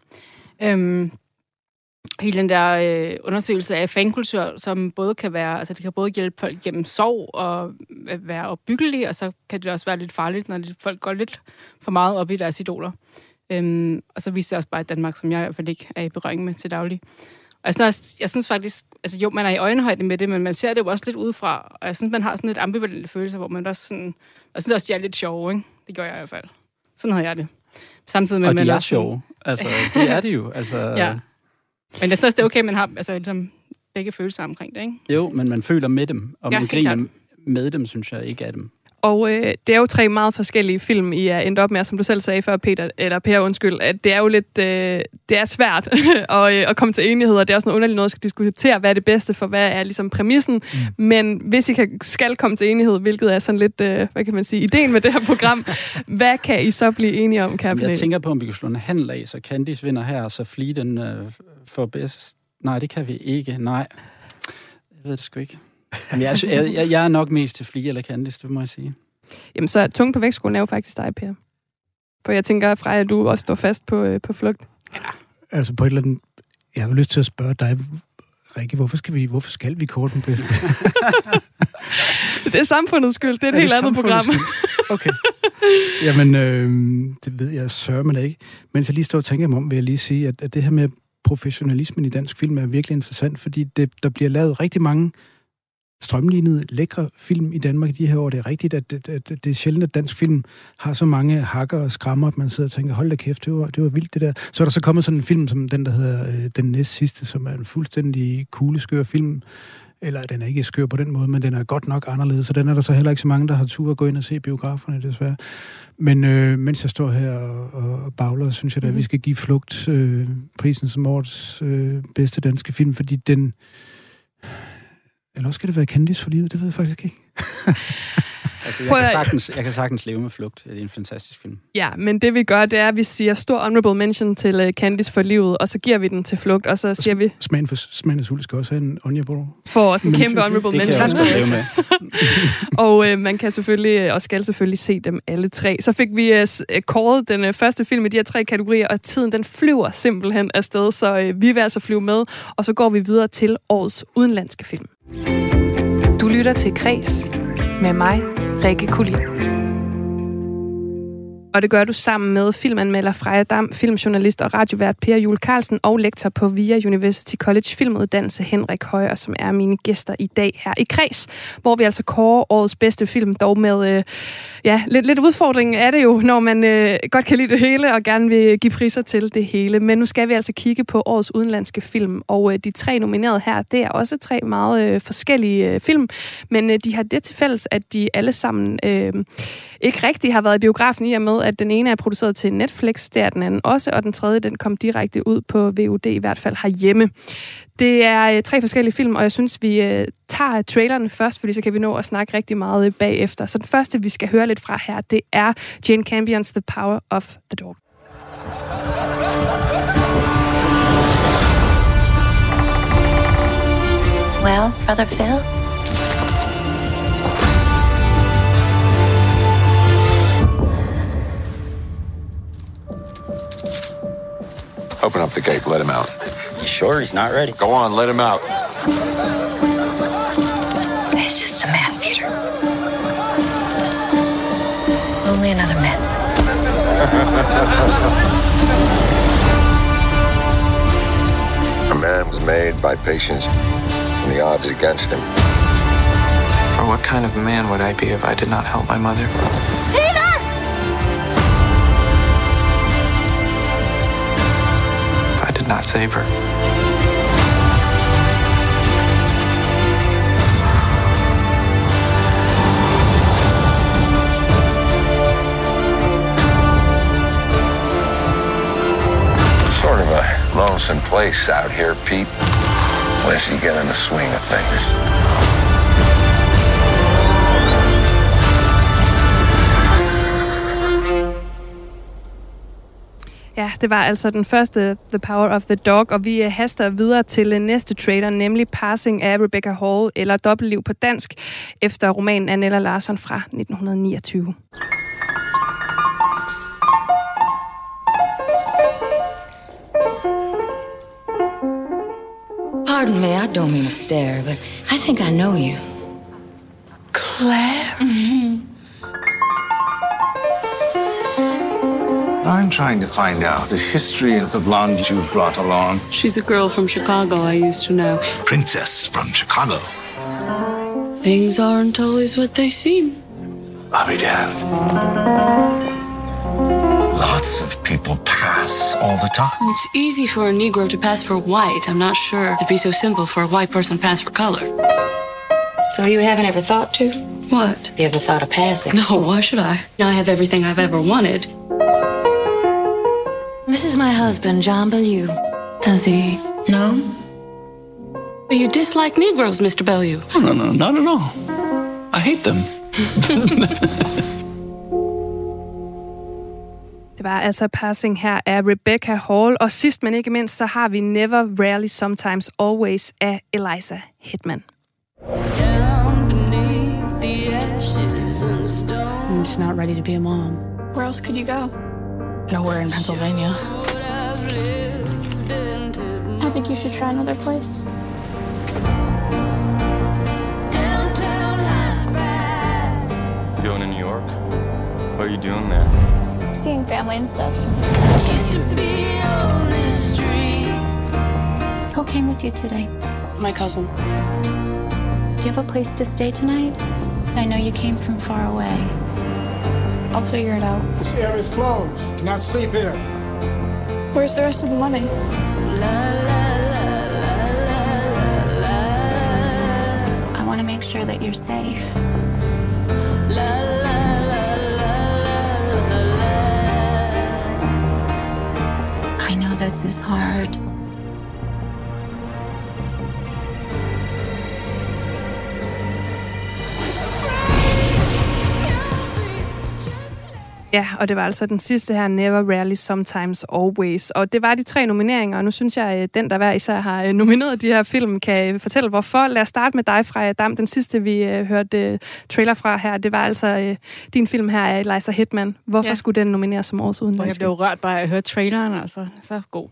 [SPEAKER 2] Hele den der undersøgelse af fankultur, som både kan være, altså det kan både hjælpe folk gennem sorg og være opbyggelige, og så kan det også være lidt farligt, når folk går lidt for meget op i deres idoler. Og så viser det også bare et Danmark, som jeg i hvert fald ikke er i berøring med til daglig. Og jeg synes faktisk, altså jo, man er i øjenhøjde med det, men man ser det jo også lidt udefra, og jeg synes, man har sådan lidt ambivalente følelser, hvor man også sådan, jeg synes også, de er lidt sjove, ikke? Det gør jeg i hvert fald. Sådan havde jeg det. Samtidig med,
[SPEAKER 4] og de er
[SPEAKER 2] også
[SPEAKER 4] sjove. Altså, det er de jo. Altså...
[SPEAKER 2] Ja. Men jeg synes, det er okay, man har altså, ligesom, begge følelser omkring det, ikke?
[SPEAKER 4] Jo, men man føler med dem, og man griner med dem, synes jeg, ikke af dem.
[SPEAKER 1] Og det er jo 3 meget forskellige film, I er endt op med, som du selv sagde før, Per, at det er jo lidt, det er svært at komme til enighed, og det er også noget underligt noget, at skal diskutere, hvad er det bedste for, hvad er ligesom præmissen. Men hvis I skal komme til enighed, hvilket er sådan lidt, hvad kan man sige, ideen med det her program, hvad kan I så blive enige om, kære?
[SPEAKER 4] Jeg tænker på, om vi kan slå en handel af, så Candice vinder her, så Flea den får bedst. Nej, det kan vi ikke. Nej, jeg ved det sgu ikke. Jeg er nok mest til Flea eller Candice, det må jeg sige.
[SPEAKER 1] Jamen, så tunge på vægtskolen er jo faktisk dig, Per. For jeg tænker, Freja, at du også står fast på flugt.
[SPEAKER 3] Ja. Altså på et eller andet... Jeg har lyst til at spørge dig, Rikke, hvorfor skal vi kåre den bedste?
[SPEAKER 1] Det er samfundets skyld. Det er et helt andet program.
[SPEAKER 3] Okay. Jamen, det ved jeg sørger man ikke. Mens jeg lige står og tænker mig om, vil jeg lige sige, at det her med professionalismen i dansk film er virkelig interessant, fordi der bliver lavet rigtig mange strømlignede, lækre film i Danmark i de her år. Det er rigtigt, at det er sjældent, at dansk film har så mange hakker og skrammer, at man sidder og tænker, hold da kæft, det var vildt det der. Så er der så kommet sådan en film som den, der hedder Den næstsidste, som er en fuldstændig kugleskør film. Eller den er ikke skør på den måde, men den er godt nok anderledes, så den er der så heller ikke så mange, der har tur at gå ind og se biograferne, desværre. Men mens jeg står her og bagler, synes jeg da, at vi skal give Flugt prisen som årets bedste danske film, fordi den... Eller også skal det være Candice for livet, det ved jeg faktisk ikke.
[SPEAKER 4] Altså, jeg kan sagtens leve med Flugt. Det er en fantastisk film.
[SPEAKER 1] Ja, men det vi gør, det er, at vi siger stor honorable mention til Candice for livet, og så giver vi den til Flugt, og så siger vi...
[SPEAKER 3] Smagen af sult skal også have en honorable.
[SPEAKER 1] For også en kæmpe honorable mention.
[SPEAKER 4] Det kan jeg også leve med.
[SPEAKER 1] Og man kan selvfølgelig, og skal selvfølgelig se dem alle 3. Så fik vi kåret den første film i de her 3 kategorier, og tiden den flyver simpelthen afsted, så vi vil altså flyve med, og så går vi videre til årets udenlandske film. Du lytter til Kres med mig, Rikke Kulin. Og det gør du sammen med filmanmelder Freja Dam, filmjournalist og radiovært Per Juel Carlsen og lektor på VIA University College filmuddannelse Henrik Højer, som er mine gæster i dag her i Kres, hvor vi altså kårer årets bedste film, dog med lidt udfordring er det jo, når man godt kan lide det hele og gerne vil give priser til det hele. Men nu skal vi altså kigge på årets udenlandske film, og de 3 nominerede her, det er også 3 meget forskellige film, men de har det til fælles, at de alle sammen ikke rigtig har været i biografen, i og med, at den ene er produceret til Netflix, det er den anden også, og den tredje, den kom direkte ud på VOD, i hvert fald herhjemme. Det er 3 forskellige film, og jeg synes, vi tager traileren først, fordi så kan vi nå at snakke rigtig meget bagefter. Så den første, vi skal høre lidt fra her, det er Jane Campion's The Power of the Dog.
[SPEAKER 18] Well, Brother Phil?
[SPEAKER 10] Open up the gate, let him out.
[SPEAKER 19] You sure he's not ready?
[SPEAKER 10] Go on, let him out.
[SPEAKER 18] He's just a man, Peter. Only another man.
[SPEAKER 10] A man was made by patience, and the odds against him.
[SPEAKER 19] For what kind of man would I be if I did not help my mother?
[SPEAKER 18] Peter!
[SPEAKER 19] If I did not save her.
[SPEAKER 10] house and place out here, Pete. Unless you get in the swing of things.
[SPEAKER 1] Ja, det var altså den første The Power of the Dog, og vi haster videre til næste trailer, nemlig Passing af Rebecca Hall, eller Dobbeltliv på dansk, efter romanen af Nella Larsen fra 1929.
[SPEAKER 20] Pardon me, I don't mean to stare, but I think I know you.
[SPEAKER 9] Claire?
[SPEAKER 20] Mm-hmm.
[SPEAKER 10] I'm trying to find out the history of the blonde you've brought along.
[SPEAKER 21] She's a girl from Chicago I used to know.
[SPEAKER 10] Princess from Chicago.
[SPEAKER 21] Things aren't always what they seem.
[SPEAKER 10] I'll be damned. Lots of people pass all the time.
[SPEAKER 21] It's easy for a Negro to pass for white. I'm not sure it'd be so simple for a white person to pass for color.
[SPEAKER 9] So you haven't ever thought to?
[SPEAKER 21] What?
[SPEAKER 9] You ever thought of passing?
[SPEAKER 21] No, why should I? I have everything I've ever wanted.
[SPEAKER 20] This is my husband, John Bellew.
[SPEAKER 21] Does he?
[SPEAKER 20] No?
[SPEAKER 21] But you dislike Negroes, Mr. Bellew.
[SPEAKER 10] No, not at all. I hate them.
[SPEAKER 1] Det var altså Passing her af Rebecca Hall, og sidst men ikke mindst, så har vi Never, Rarely, Sometimes, Always af Eliza Hittman.
[SPEAKER 21] I'm just not ready to be a mom.
[SPEAKER 22] Where else could you go?
[SPEAKER 21] Nowhere in Pennsylvania.
[SPEAKER 22] I think you should try another place.
[SPEAKER 6] You going to New York? What are you doing there?
[SPEAKER 22] Seeing family and stuff. Who came with you today?
[SPEAKER 21] My cousin.
[SPEAKER 22] Do you have a place to stay tonight? I know you came from far away. I'll figure it out.
[SPEAKER 23] This area is closed. Cannot sleep here.
[SPEAKER 22] Where's the rest of the money? I want to make sure that you're safe. I know this is hard.
[SPEAKER 1] Ja, og det var altså den sidste her, Never, Rarely, Sometimes, Always. Og det var de 3 nomineringer, og nu synes jeg, at den, der hver især har nomineret de her film, kan fortælle, hvorfor. Lad os starte med dig, Freja Dam. Den sidste, vi hørte trailer fra her, det var altså din film her af Eliza Hittman. Hvorfor skulle den nomineres som årets udenlandske?
[SPEAKER 2] Jeg blev rørt bare at høre traileren, altså. Så god.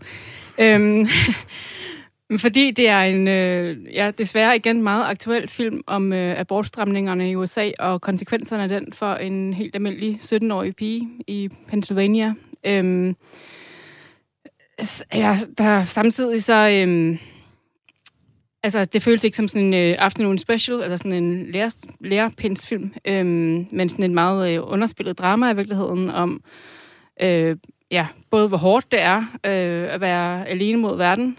[SPEAKER 2] Fordi det er en, desværre igen meget aktuel film om abortstramningerne i USA og konsekvenserne af den for en helt almindelig 17-årig pige i Pennsylvania. Der samtidig så... altså, det føles ikke som sådan en afternoon special, altså sådan en lærepindsfilm, men sådan en meget underspillet drama i virkeligheden om... både hvor hårdt det er at være alene mod verden,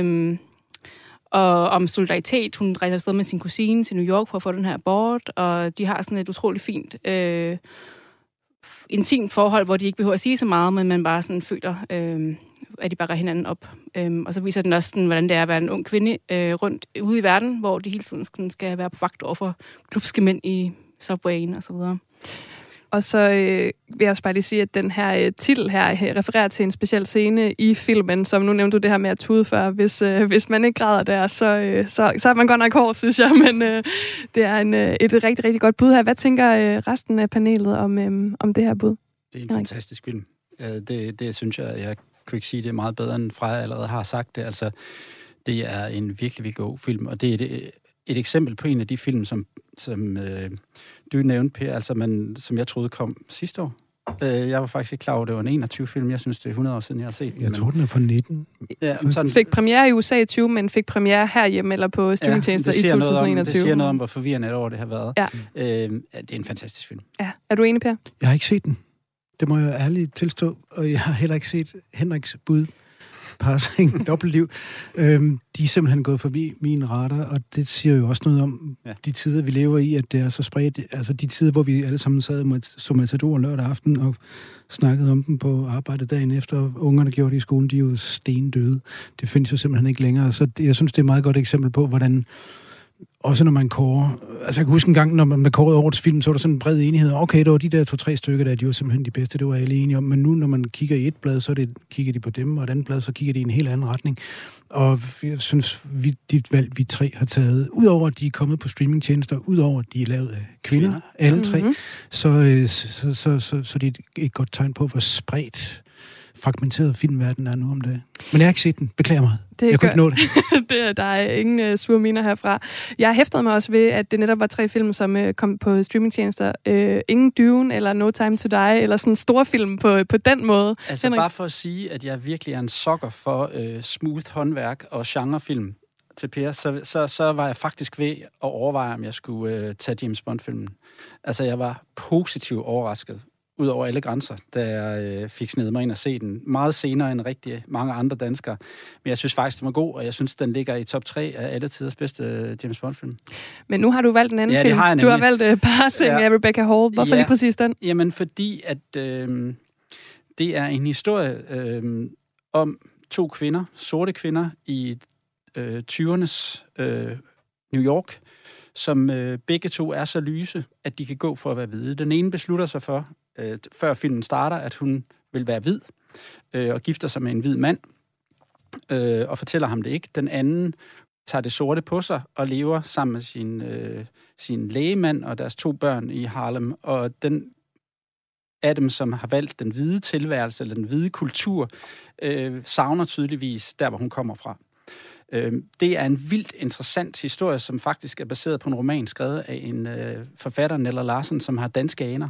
[SPEAKER 2] og om solidaritet. Hun rejser afsted med sin kusine til New York for at få den her abort, og de har sådan et utroligt fint intimt forhold, hvor de ikke behøver at sige så meget, men man bare sådan føler, at de bakker hinanden op. Og så viser den også, sådan, hvordan det er at være en ung kvinde rundt ude i verden, hvor de hele tiden skal være på vagt over for glupske mænd i subwayen og så videre.
[SPEAKER 1] Og så vil jeg også bare lige sige, at den her titel her refererer til en speciel scene i filmen, som nu nævnte du det her med at tude før. Hvis man ikke græder der, så er man godt nok hård, synes jeg. Men det er et rigtig, rigtig godt bud her. Hvad tænker resten af panelet om det her bud?
[SPEAKER 4] Det er en fantastisk film. Det synes jeg kunne ikke sige det meget bedre, end Freja allerede har sagt det. Altså, det er en virkelig, virkelig god film, og det er et eksempel på en af de film, som du nævnte, Per, altså som jeg troede kom sidste år. Jeg var faktisk ikke klar over, at det var en 21-film. Jeg synes, det er 100 år siden, jeg har set den.
[SPEAKER 3] Jeg tror, den er fra 19.
[SPEAKER 1] Ja, sådan, fik premiere i USA i 20, men fik premiere herhjemme eller på streamingtjenester i 2021.
[SPEAKER 4] Det siger noget om, hvor forvirrende et år det har været.
[SPEAKER 1] Ja.
[SPEAKER 4] Det er en fantastisk film.
[SPEAKER 1] Ja. Er du enig, Per?
[SPEAKER 3] Jeg har ikke set den. Det må jeg ærligt tilstå, og jeg har heller ikke set Henriks bud. Passing, dobbeltliv. De er simpelthen gået forbi min radar, og det siger jo også noget om de tider, vi lever i, at det er så spredt. Altså de tider, hvor vi alle sammen sad så Matador lørdag aften og snakkede om dem på arbejde dagen efter, og ungerne gjorde det i skolen, de er jo stendøde. Det findes jo simpelthen ikke længere. Så jeg synes, det er et meget godt eksempel på, hvordan også når man kårer... Altså, jeg kan huske en gang, når man kårede årets film, så var der sådan en bred enighed. Okay, det var de der 2-3 stykker, der de var simpelthen de bedste, det var alle enige om. Men nu, når man kigger i et blad, så kigger de på dem, og et andet blad, så kigger de i en helt anden retning. Og jeg synes, de valg, vi tre har taget, udover at de er kommet på streamingtjenester, udover at de er lavet af kvinder, alle tre, så det er et godt tegn på, hvor spredt fragmenteret filmverden er nu om dagen. Men jeg har ikke set den. Beklager mig. Jeg kunne ikke nå det.
[SPEAKER 1] Der er ingen sure miner herfra. Jeg hæftede mig også ved, at det netop var 3 film, som kom på streamingtjenester. Ingen Dune, eller No Time to Die, eller sådan en stor film på den måde.
[SPEAKER 4] Altså Henrik? Bare for at sige, at jeg virkelig er en sokker for smooth håndværk og genrefilm til Per, så var jeg faktisk ved at overveje, om jeg skulle tage James Bond-filmen. Altså, jeg var positivt overrasket ud over alle grænser, da jeg fik snedet mig ind og se den meget senere end rigtig mange andre danskere. Men jeg synes faktisk, den var god, og jeg synes, den ligger i top 3 af alle tiders bedste James Bond-film.
[SPEAKER 1] Men nu har du valgt en anden film.
[SPEAKER 4] Har jeg
[SPEAKER 1] du har valgt Passing af Rebecca Hall. Hvorfor lige præcis den?
[SPEAKER 4] Jamen, fordi at det er en historie om 2 kvinder, sorte kvinder i 20'ernes New York, som begge to er så lyse, at de kan gå for at være hvide. Den ene beslutter sig for, før filmen starter, at hun vil være hvid, og gifter sig med en hvid mand, og fortæller ham det ikke. Den anden tager det sorte på sig, og lever sammen med sin lægemand og deres 2 børn i Harlem. Og den af dem, som har valgt den hvide tilværelse, eller den hvide kultur, savner tydeligvis der, hvor hun kommer fra. Det er en vildt interessant historie, som faktisk er baseret på en roman skrevet af en forfatter, Nella Larsen, som har danske aner.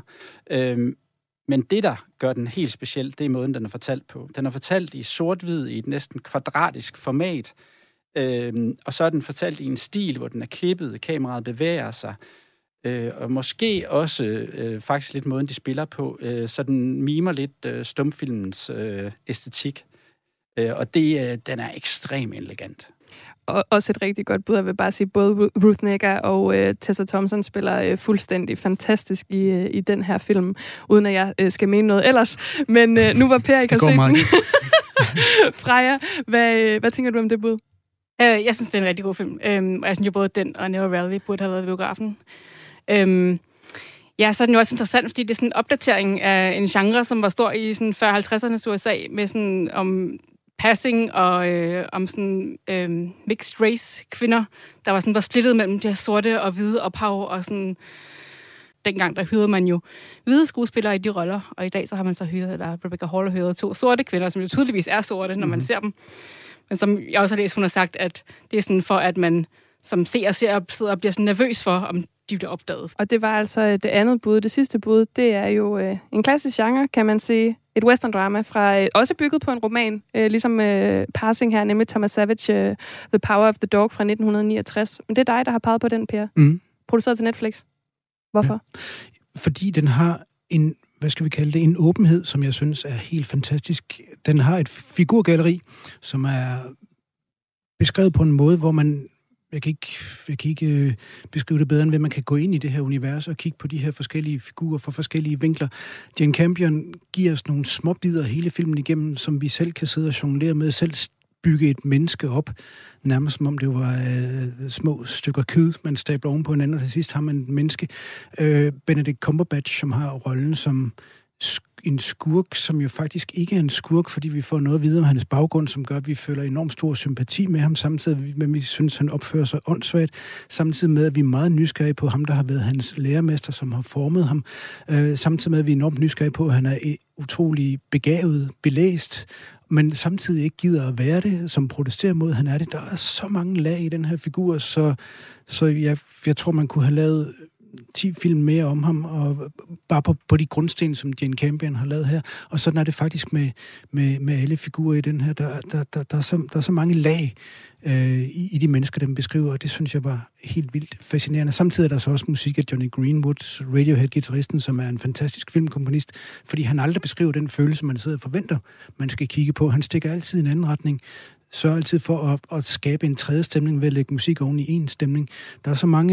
[SPEAKER 4] Men det, der gør den helt speciel, det er måden, den er fortalt på. Den er fortalt i sort-hvid, i et næsten kvadratisk format, og så er den fortalt i en stil, hvor den er klippet, kameraet bevæger sig, og måske også faktisk lidt måden, de spiller på, så den mimer lidt stumfilmens æstetik. Og den er ekstremt elegant.
[SPEAKER 1] Og også et rigtig godt bud. Jeg vil bare sige, både Ruth Negga og Tessa Thompson spiller fuldstændig fantastisk i den her film, uden at jeg skal mene noget ellers. Men nu var Per ikke har set den. Freja, hvad tænker du om det bud?
[SPEAKER 2] Jeg synes, det er en rigtig god film. Og jeg synes jo både den og Nero Rally burde have været i biografen. Ja, så er den jo også interessant, fordi det er sådan en opdatering af en genre, som var stor i sådan 40-50'ernes USA, med sådan om passing og om sådan mixed race kvinder, der var splittet mellem de her sorte og hvide ophav, og sådan dengang der hyrede man jo hvide skuespillere i de roller, og i dag så har man så hyret, eller Rebecca Hall har hyret 2 sorte kvinder, som jo tydeligvis er sorte, når man ser dem. Men som jeg også har læst, hun har sagt, at det er sådan for, at man som ser sidder og bliver sådan nervøs for, om de bliver opdaget.
[SPEAKER 1] Og det var altså det andet bud. Det sidste bud, det er jo en klassisk genre, kan man sige. Et western drama, også bygget på en roman, ligesom Passing her, nemlig Thomas Savage, The Power of the Dog fra 1969. Men det er dig, der har peget på den, Per. Produceret til Netflix. Hvorfor?
[SPEAKER 3] Ja. Fordi den har en åbenhed, som jeg synes er helt fantastisk. Den har et figurgalleri, som er beskrevet på en måde, hvor man jeg kan ikke beskrive det bedre, end ved man kan gå ind i det her univers og kigge på de her forskellige figurer fra forskellige vinkler. Jane Campion giver os nogle småbidder hele filmen igennem, som vi selv kan sidde og jonglere med, selv bygge et menneske op, nærmest som om det var små stykker kød, man stabler oven på hinanden, og til sidst har man et menneske. Benedict Cumberbatch, som har rollen som en skurk, som jo faktisk ikke er en skurk, fordi vi får noget at vide om hans baggrund, som gør, at vi føler enormt stor sympati med ham, samtidig med, at vi synes, han opfører sig åndssvagt, samtidig med, at vi er meget nysgerrige på ham, der har været hans lærermester, som har formet ham, samtidig med, at vi er enormt nysgerrige på, at han er utrolig begavet, belæst, men samtidig ikke gider at være det, som protesterer mod, han er det. Der er så mange lag i den her figur, så jeg tror, man kunne have lavet 10 film mere om ham, og bare på de grundsten, som Jane Campion har lavet her. Og sådan er det faktisk med alle figurer i den her. Der er så mange lag i de mennesker, dem beskriver, og det synes jeg var helt vildt fascinerende. Samtidig er der så også musik af Johnny Greenwood, Radiohead-gitarristen, som er en fantastisk filmkomponist, fordi han aldrig beskriver den følelse, man sidder og forventer, man skal kigge på. Han stikker altid i en anden retning, sørger altid for at skabe en tredje stemning ved at lægge musik oven i en stemning. Der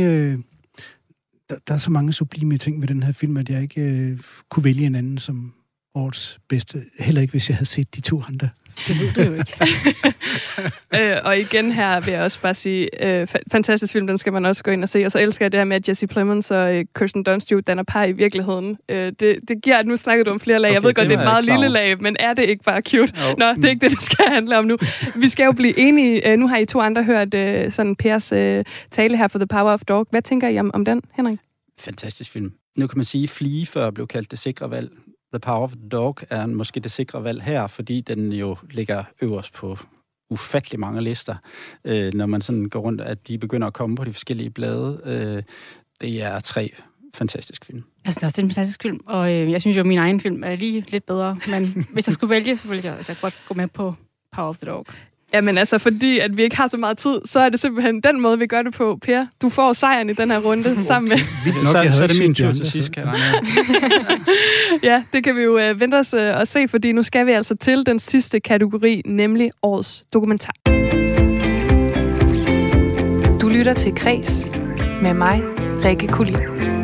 [SPEAKER 3] er så mange sublime ting ved den her film, at jeg ikke kunne vælge en anden som årets bedste. Heller ikke, hvis jeg havde set de 2 andre.
[SPEAKER 1] Det ved du jo ikke. Og igen her vil jeg også bare sige, fantastisk film, den skal man også gå ind og se. Og så elsker jeg det her med, at Jesse Plemons og Kirsten Dunst jo danner par i virkeligheden. Det giver, at nu snakkede du om flere lag. Okay, jeg ved godt, det er et meget lille lag, men er det ikke bare cute? Jo. Nå, det er ikke det skal handle om nu. Vi skal jo blive enige. Nu har I 2 andre hørt sådan Pers tale her for The Power of Dog. Hvad tænker I om den, Henrik?
[SPEAKER 4] Fantastisk film. Nu kan man sige, Flea før blev kaldt det sikre valg. The Power of the Dog er måske det sikre valg her, fordi den jo ligger øverst på ufattelig mange lister, når man sådan går rundt, at de begynder at komme på de forskellige blade. Det er 3 fantastiske film.
[SPEAKER 2] Altså, det er også en fantastisk film, og jeg synes jo, at min egen film er lige lidt bedre, men hvis jeg skulle vælge, så ville jeg altså godt gå med på Power of the Dog.
[SPEAKER 1] Jamen altså, fordi at vi ikke har så meget tid, så er det simpelthen den måde, vi gør det på. Per, du får sejren i den her runde sammen med...
[SPEAKER 4] Så er det min tur til sidst, kan jeg regne.
[SPEAKER 1] Ja, det kan vi jo vente os og se, fordi nu skal vi altså til den sidste kategori, nemlig årets dokumentar. Du lytter til Kreds med mig, Rikke Kulin.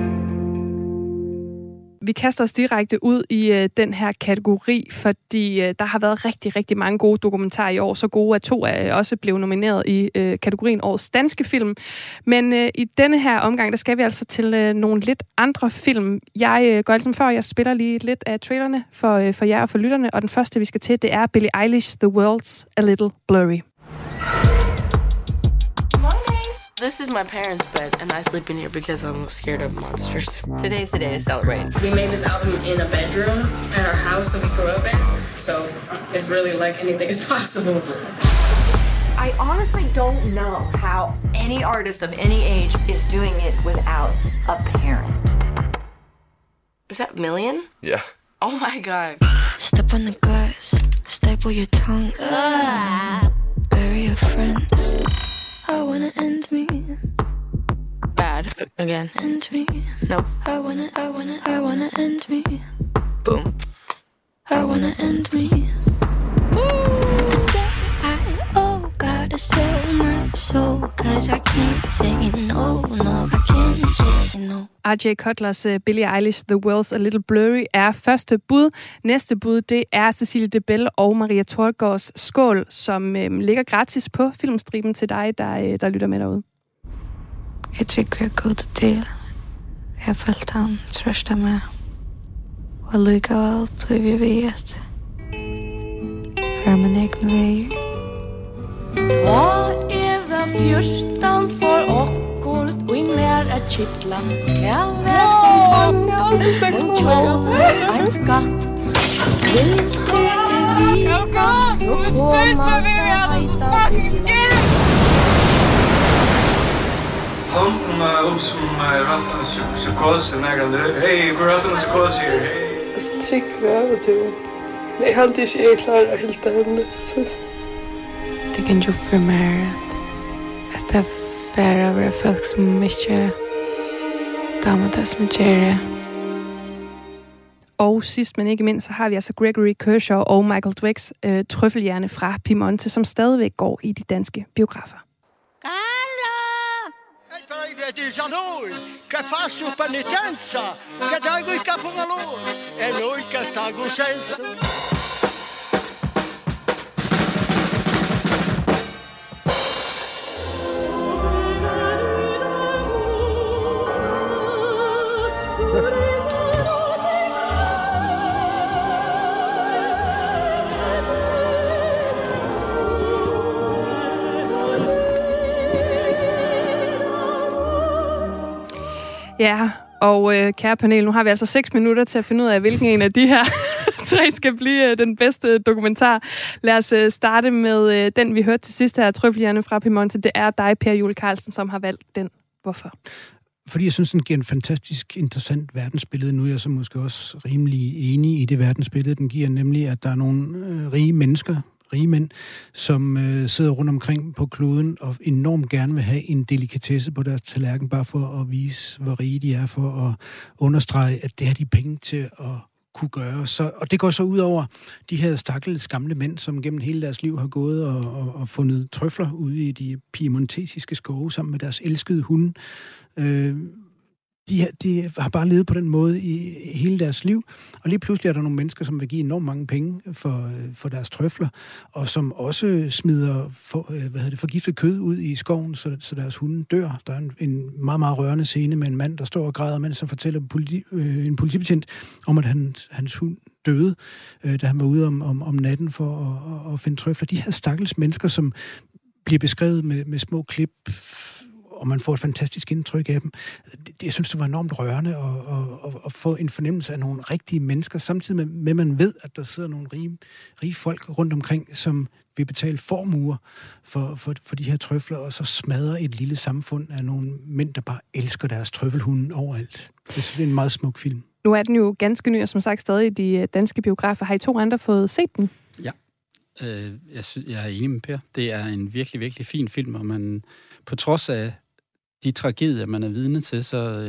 [SPEAKER 1] Vi kaster os direkte ud i den her kategori, fordi der har været rigtig, rigtig mange gode dokumentarer i år. Så gode, at 2 er også blevet nomineret i kategorien Årets danske film. Men i denne her omgang, der skal vi altså til nogle lidt andre film. Jeg gør ligesom før, jeg spiller lige lidt af trailerne for jer og for lytterne. Og den første, vi skal til, det er Billie Eilish, The World's a Little Blurry.
[SPEAKER 5] This is my parents' bed, and I sleep in here because I'm scared of monsters. Today's the day to celebrate.
[SPEAKER 7] We made this album in a bedroom at our house that we grew up in, so it's really like anything is possible.
[SPEAKER 8] I honestly don't know how any artist of any age is doing it without a parent.
[SPEAKER 5] Is that Million?
[SPEAKER 6] Yeah.
[SPEAKER 5] Oh my god.
[SPEAKER 24] Step on the glass, staple your tongue, bury a friend. I wanna end me.
[SPEAKER 5] Bad. Again.
[SPEAKER 24] End me.
[SPEAKER 5] Nope.
[SPEAKER 24] I wanna end me.
[SPEAKER 5] Boom.
[SPEAKER 24] I wanna end me. Oh, gotta sell my soul, 'cause I can't say no, I can't say no.
[SPEAKER 1] R.J. Cutlers Billie Eilish, The World's a Little Blurry er første bud. Næste bud, det er Cecilie Debelle og Maria Torgaards Skål, som ligger gratis på filmstriben til dig, der lytter med derude.
[SPEAKER 24] Jeg tycker jag går till. Jag följt han trösta med. Och likaväl blev vi vet. För min egen väg.
[SPEAKER 8] Hva er fyrstan for okkort, og i mer er kittlan. Ja, vær som vann, og tjål, en skatt. Vil det vika, så kommer det
[SPEAKER 25] Kom upp som rattans psykos nägrande. Hej, går rattans psykos här.
[SPEAKER 26] Alltså, tyck väl du. Nej, han är inte klar att hilta henne.
[SPEAKER 24] Det kan ju för mig att det färre över folk som mycket damer der som Jerry.
[SPEAKER 1] Og sidst, men ikke mindst, så har vi altså Gregory Kershaw og Michael Dwecks trøffelhjerne fra Piemonte, som stadigvæk går i de danske biografer.
[SPEAKER 27] Dice a noi che faccio penitenza, che tengo il capovalore e noi che stiamo senza.
[SPEAKER 1] Ja, og kære panel, nu har vi altså 6 minutter til at finde ud af, hvilken en af de her 3 skal blive den bedste dokumentar. Lad os starte med den, vi hørte til sidst her, Trøffelhjerne fra Piemonte. Det er dig, Per Juel Carlsen, som har valgt den. Hvorfor?
[SPEAKER 3] fordi jeg synes, den giver en fantastisk interessant verdensbillede. Nu er jeg så måske også rimelig enig i det verdensbillede, den giver, nemlig at der er nogle rige mennesker, rige mænd, som sidder rundt omkring på kloden og enormt gerne vil have en delikatesse på deres tallerken, bare for at vise, hvor rige de er, for at understrege, at det har de penge til at kunne gøre. Og det går så ud over de her stakkels gamle mænd, som gennem hele deres liv har gået og fundet trøfler ude i de piemontesiske skove sammen med deres elskede hunde. De har bare levet på den måde i hele deres liv, og lige pludselig er der nogle mennesker, som vil give enormt mange penge for deres trøfler, og som også smider forgiftet kød ud i skoven, så deres hunde dør. Der er en meget, meget rørende scene med en mand, der står og græder, mens han fortæller en politibetjent om, at hans hund døde, da han var ude om natten for at finde trøfler. De her stakkels mennesker, som bliver beskrevet med små klip, og man får et fantastisk indtryk af dem. Jeg synes, det var enormt rørende at få en fornemmelse af nogle rigtige mennesker, samtidig med, at man ved, at der sidder nogle rige folk rundt omkring, som vil betale formuer for de her trøfler, og så smadrer et lille samfund af nogle mænd, der bare elsker deres trøffelhunde overalt. Det er en meget smuk film.
[SPEAKER 1] Nu er den jo ganske ny, og som sagt stadig i de danske biografer. Har I to andre fået set den?
[SPEAKER 4] Ja. Jeg er enig med Per. Det er en virkelig, virkelig fin film, og man på trods af de tragedier, man er vidne til,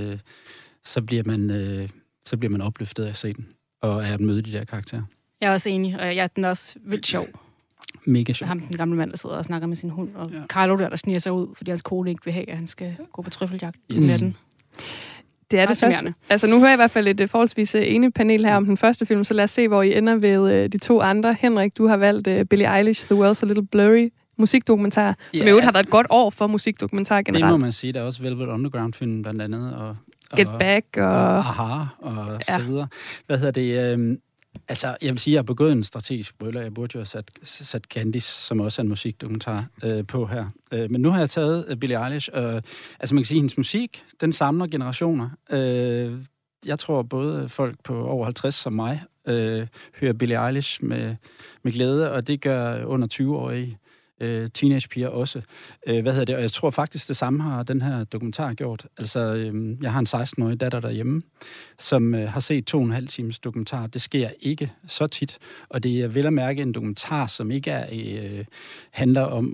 [SPEAKER 4] så bliver man opløftet af at se den, og af at møde de der karakterer.
[SPEAKER 2] Jeg er også enig, og den er også vildt sjov.
[SPEAKER 4] Mega sjov.
[SPEAKER 2] Ham, den gamle mand, der sidder og snakker med sin hund, og Carlo der sniger sig ud, fordi hans kone ikke vil have, at han skal gå på trøffeljagt i natten.
[SPEAKER 1] Det er det første. Altså nu hører jeg i hvert fald et forholdsvis ene panel her om den første film, så lad os se, hvor I ender ved de to andre. Henrik, du har valgt Billie Eilish, The World's a Little Blurry, musikdokumentar, som jo har været et godt år for musikdokumentar generelt.
[SPEAKER 4] Det må man sige. Der er også Velvet Underground-filmen blandt andet, og
[SPEAKER 1] Get Back, og
[SPEAKER 4] Aha, og så videre. Hvad hedder det? Altså, jeg vil sige, at jeg har begået en strategisk brøller. Jeg burde jo have sat Candice, som også er en musikdokumentar, på her. Men nu har jeg taget Billie Eilish. Altså, man kan sige, at hendes musik, den samler generationer. Jeg tror, både folk på over 50 som mig hører Billie Eilish med glæde, og det gør under 20-årige teenagepiger også. Og jeg tror faktisk, det samme har den her dokumentar gjort. Altså, jeg har en 16-årig datter derhjemme, som har set 2,5 times dokumentar. Det sker ikke så tit, og det er vel at mærke en dokumentar, som ikke handler om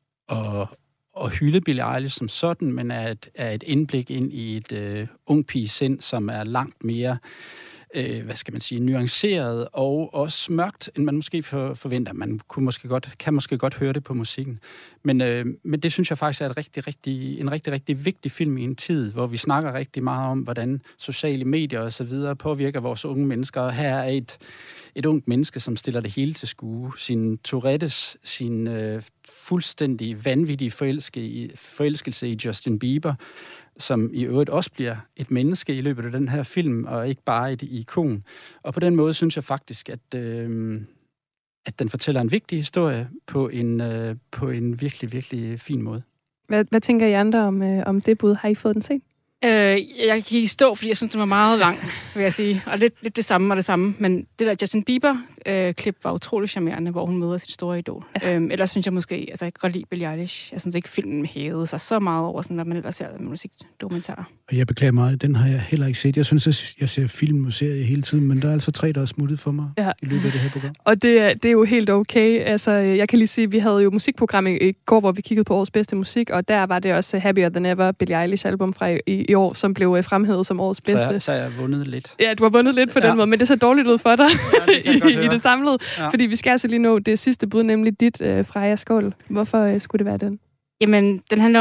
[SPEAKER 4] at hylde Billie Eilish som sådan, men er et indblik ind i et ung piges sind, som er langt mere nuanceret og også mørkt, end man måske forventer. Man kan måske godt høre det på musikken. Men det synes jeg faktisk er en rigtig vigtig film i en tid, hvor vi snakker rigtig meget om, hvordan sociale medier og så videre påvirker vores unge mennesker. Og her er et ungt menneske, som stiller det hele til skue. Sin Tourettes, sin fuldstændig vanvittige forelskelse i Justin Bieber, som i øvrigt også bliver et menneske i løbet af den her film, og ikke bare et ikon. Og på den måde synes jeg faktisk, at den fortæller en vigtig historie på en virkelig, virkelig fin måde.
[SPEAKER 1] Hvad tænker I andre om det bud? Har I fået den set?
[SPEAKER 2] Jeg kan stå, fordi jeg synes, den var meget lang, vil jeg sige. Og lidt det samme. Men det der Justin Bieber-klip var utrolig charmerende, hvor hun møder sit store idol. Ja. Ellers synes jeg måske, altså jeg kan godt lide Billie Eilish. Jeg synes ikke, filmen hævede sig så meget over, sådan, hvad man ellers ser med musikdokumentarer.
[SPEAKER 3] Og jeg beklager meget, den har jeg heller ikke set. Jeg synes, at jeg ser film og serier hele tiden, men der er altså 3, der er smuttet for mig i løbet af det her program. Og
[SPEAKER 1] det er jo helt okay. Altså, jeg kan lige sige, at vi havde jo musikprogram i går, hvor vi kiggede på årets bedste musik, og der var det også Happier Than Ever, Billie Eilish album fra i år, som blev fremhævet som årets bedste.
[SPEAKER 4] Så jeg har vundet lidt.
[SPEAKER 1] Ja, du har vundet lidt på den måde, men det ser dårligt ud for dig i det samlede. Ja. Fordi vi skal altså lige nå det sidste bud, nemlig dit, Freja. Skål. Hvorfor skulle det være den?
[SPEAKER 2] Jamen, den handler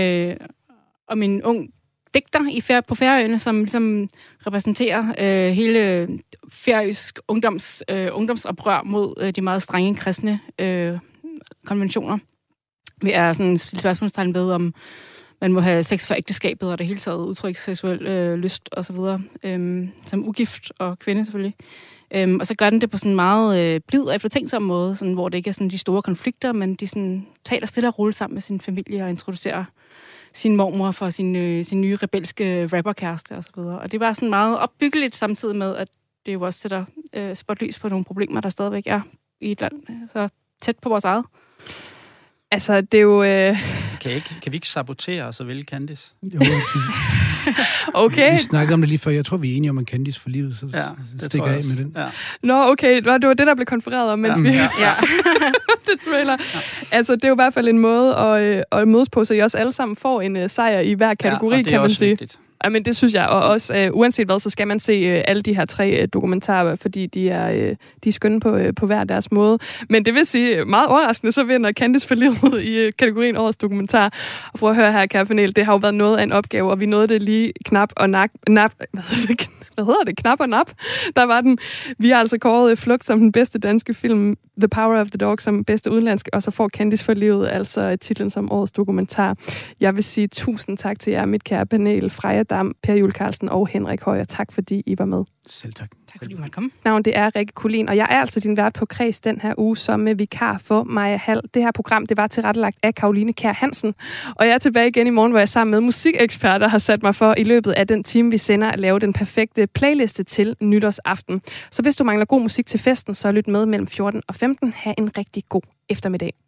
[SPEAKER 2] om en ung digter på Færøerne, som ligesom repræsenterer hele færøsk ungdomsoprør mod de meget strenge kristne konventioner. Vi er sådan et spørgsmålstegn ved, om man må have sex for ægteskabet, og det hele taget udtrykke seksuel lyst og så videre, som ugift og kvinde selvfølgelig. Og så gør den det på sådan en meget blid og eftertænksom måde, sådan, hvor det ikke er sådan de store konflikter, men de sådan, taler stille og roligt sammen med sin familie og introducerer sin mormor for sin nye rebelske rapperkæreste og så videre. Og det var sådan meget opbyggeligt, samtidig med, at det jo også sætter spotlys på nogle problemer, der stadigvæk er i et land så tæt på vores eget.
[SPEAKER 1] Altså, det er jo...
[SPEAKER 4] Kan vi ikke sabotere os og vælge Candice?
[SPEAKER 3] Jo,
[SPEAKER 1] okay.
[SPEAKER 3] Vi snakkede om det lige før. Jeg tror, vi er enige om en Candice for livet, så
[SPEAKER 4] det
[SPEAKER 3] stikker af med den.
[SPEAKER 4] Ja.
[SPEAKER 1] Nå, okay. Det var det, der blev konfereret om, mens vi... Ja. Det trailer. Ja. Altså, det er jo i hvert fald en måde at mødes på, så I også alle sammen får en sejr i hver kategori, kan man sige.
[SPEAKER 4] Vigtigt.
[SPEAKER 1] Ja, men det synes jeg, og også uanset hvad, så skal man se alle de her 3 dokumentarer, fordi de er skønne på hver deres måde. Men det vil sige, meget overraskende, så vinder Candice for livet i kategorien Årets Dokumentar. Og for at høre her, kære panel, det har jo været noget af en opgave, og vi nåede det lige knap og nap. Hvad hedder det? Knap og nap. Der var den. Vi har altså kåret Flugt som den bedste danske film, The Power of the Dog som bedste udenlandske, og så får Candice for livet altså titlen som Årets Dokumentar. Jeg vil sige tusind tak til jer, mit kære panel, Freja Dam, Per Juel Carlsen og Henrik Højer. Tak fordi I var med.
[SPEAKER 3] Selv tak.
[SPEAKER 2] Tak fordi du måtte komme.
[SPEAKER 1] Navn det er Rikke Kulin, og jeg er altså din vært på Kreds den her uge som med vikar for Maja Hall. Det her program, det var tilrettelagt af Karoline Kjær Hansen, og jeg er tilbage igen i morgen, hvor jeg sammen med musikeksperter har sat mig for i løbet af den time, vi sender, at lave den perfekte playliste til nytårsaften. Så hvis du mangler god musik til festen, så lyt med mellem 14 og 15. Ha' en rigtig god eftermiddag.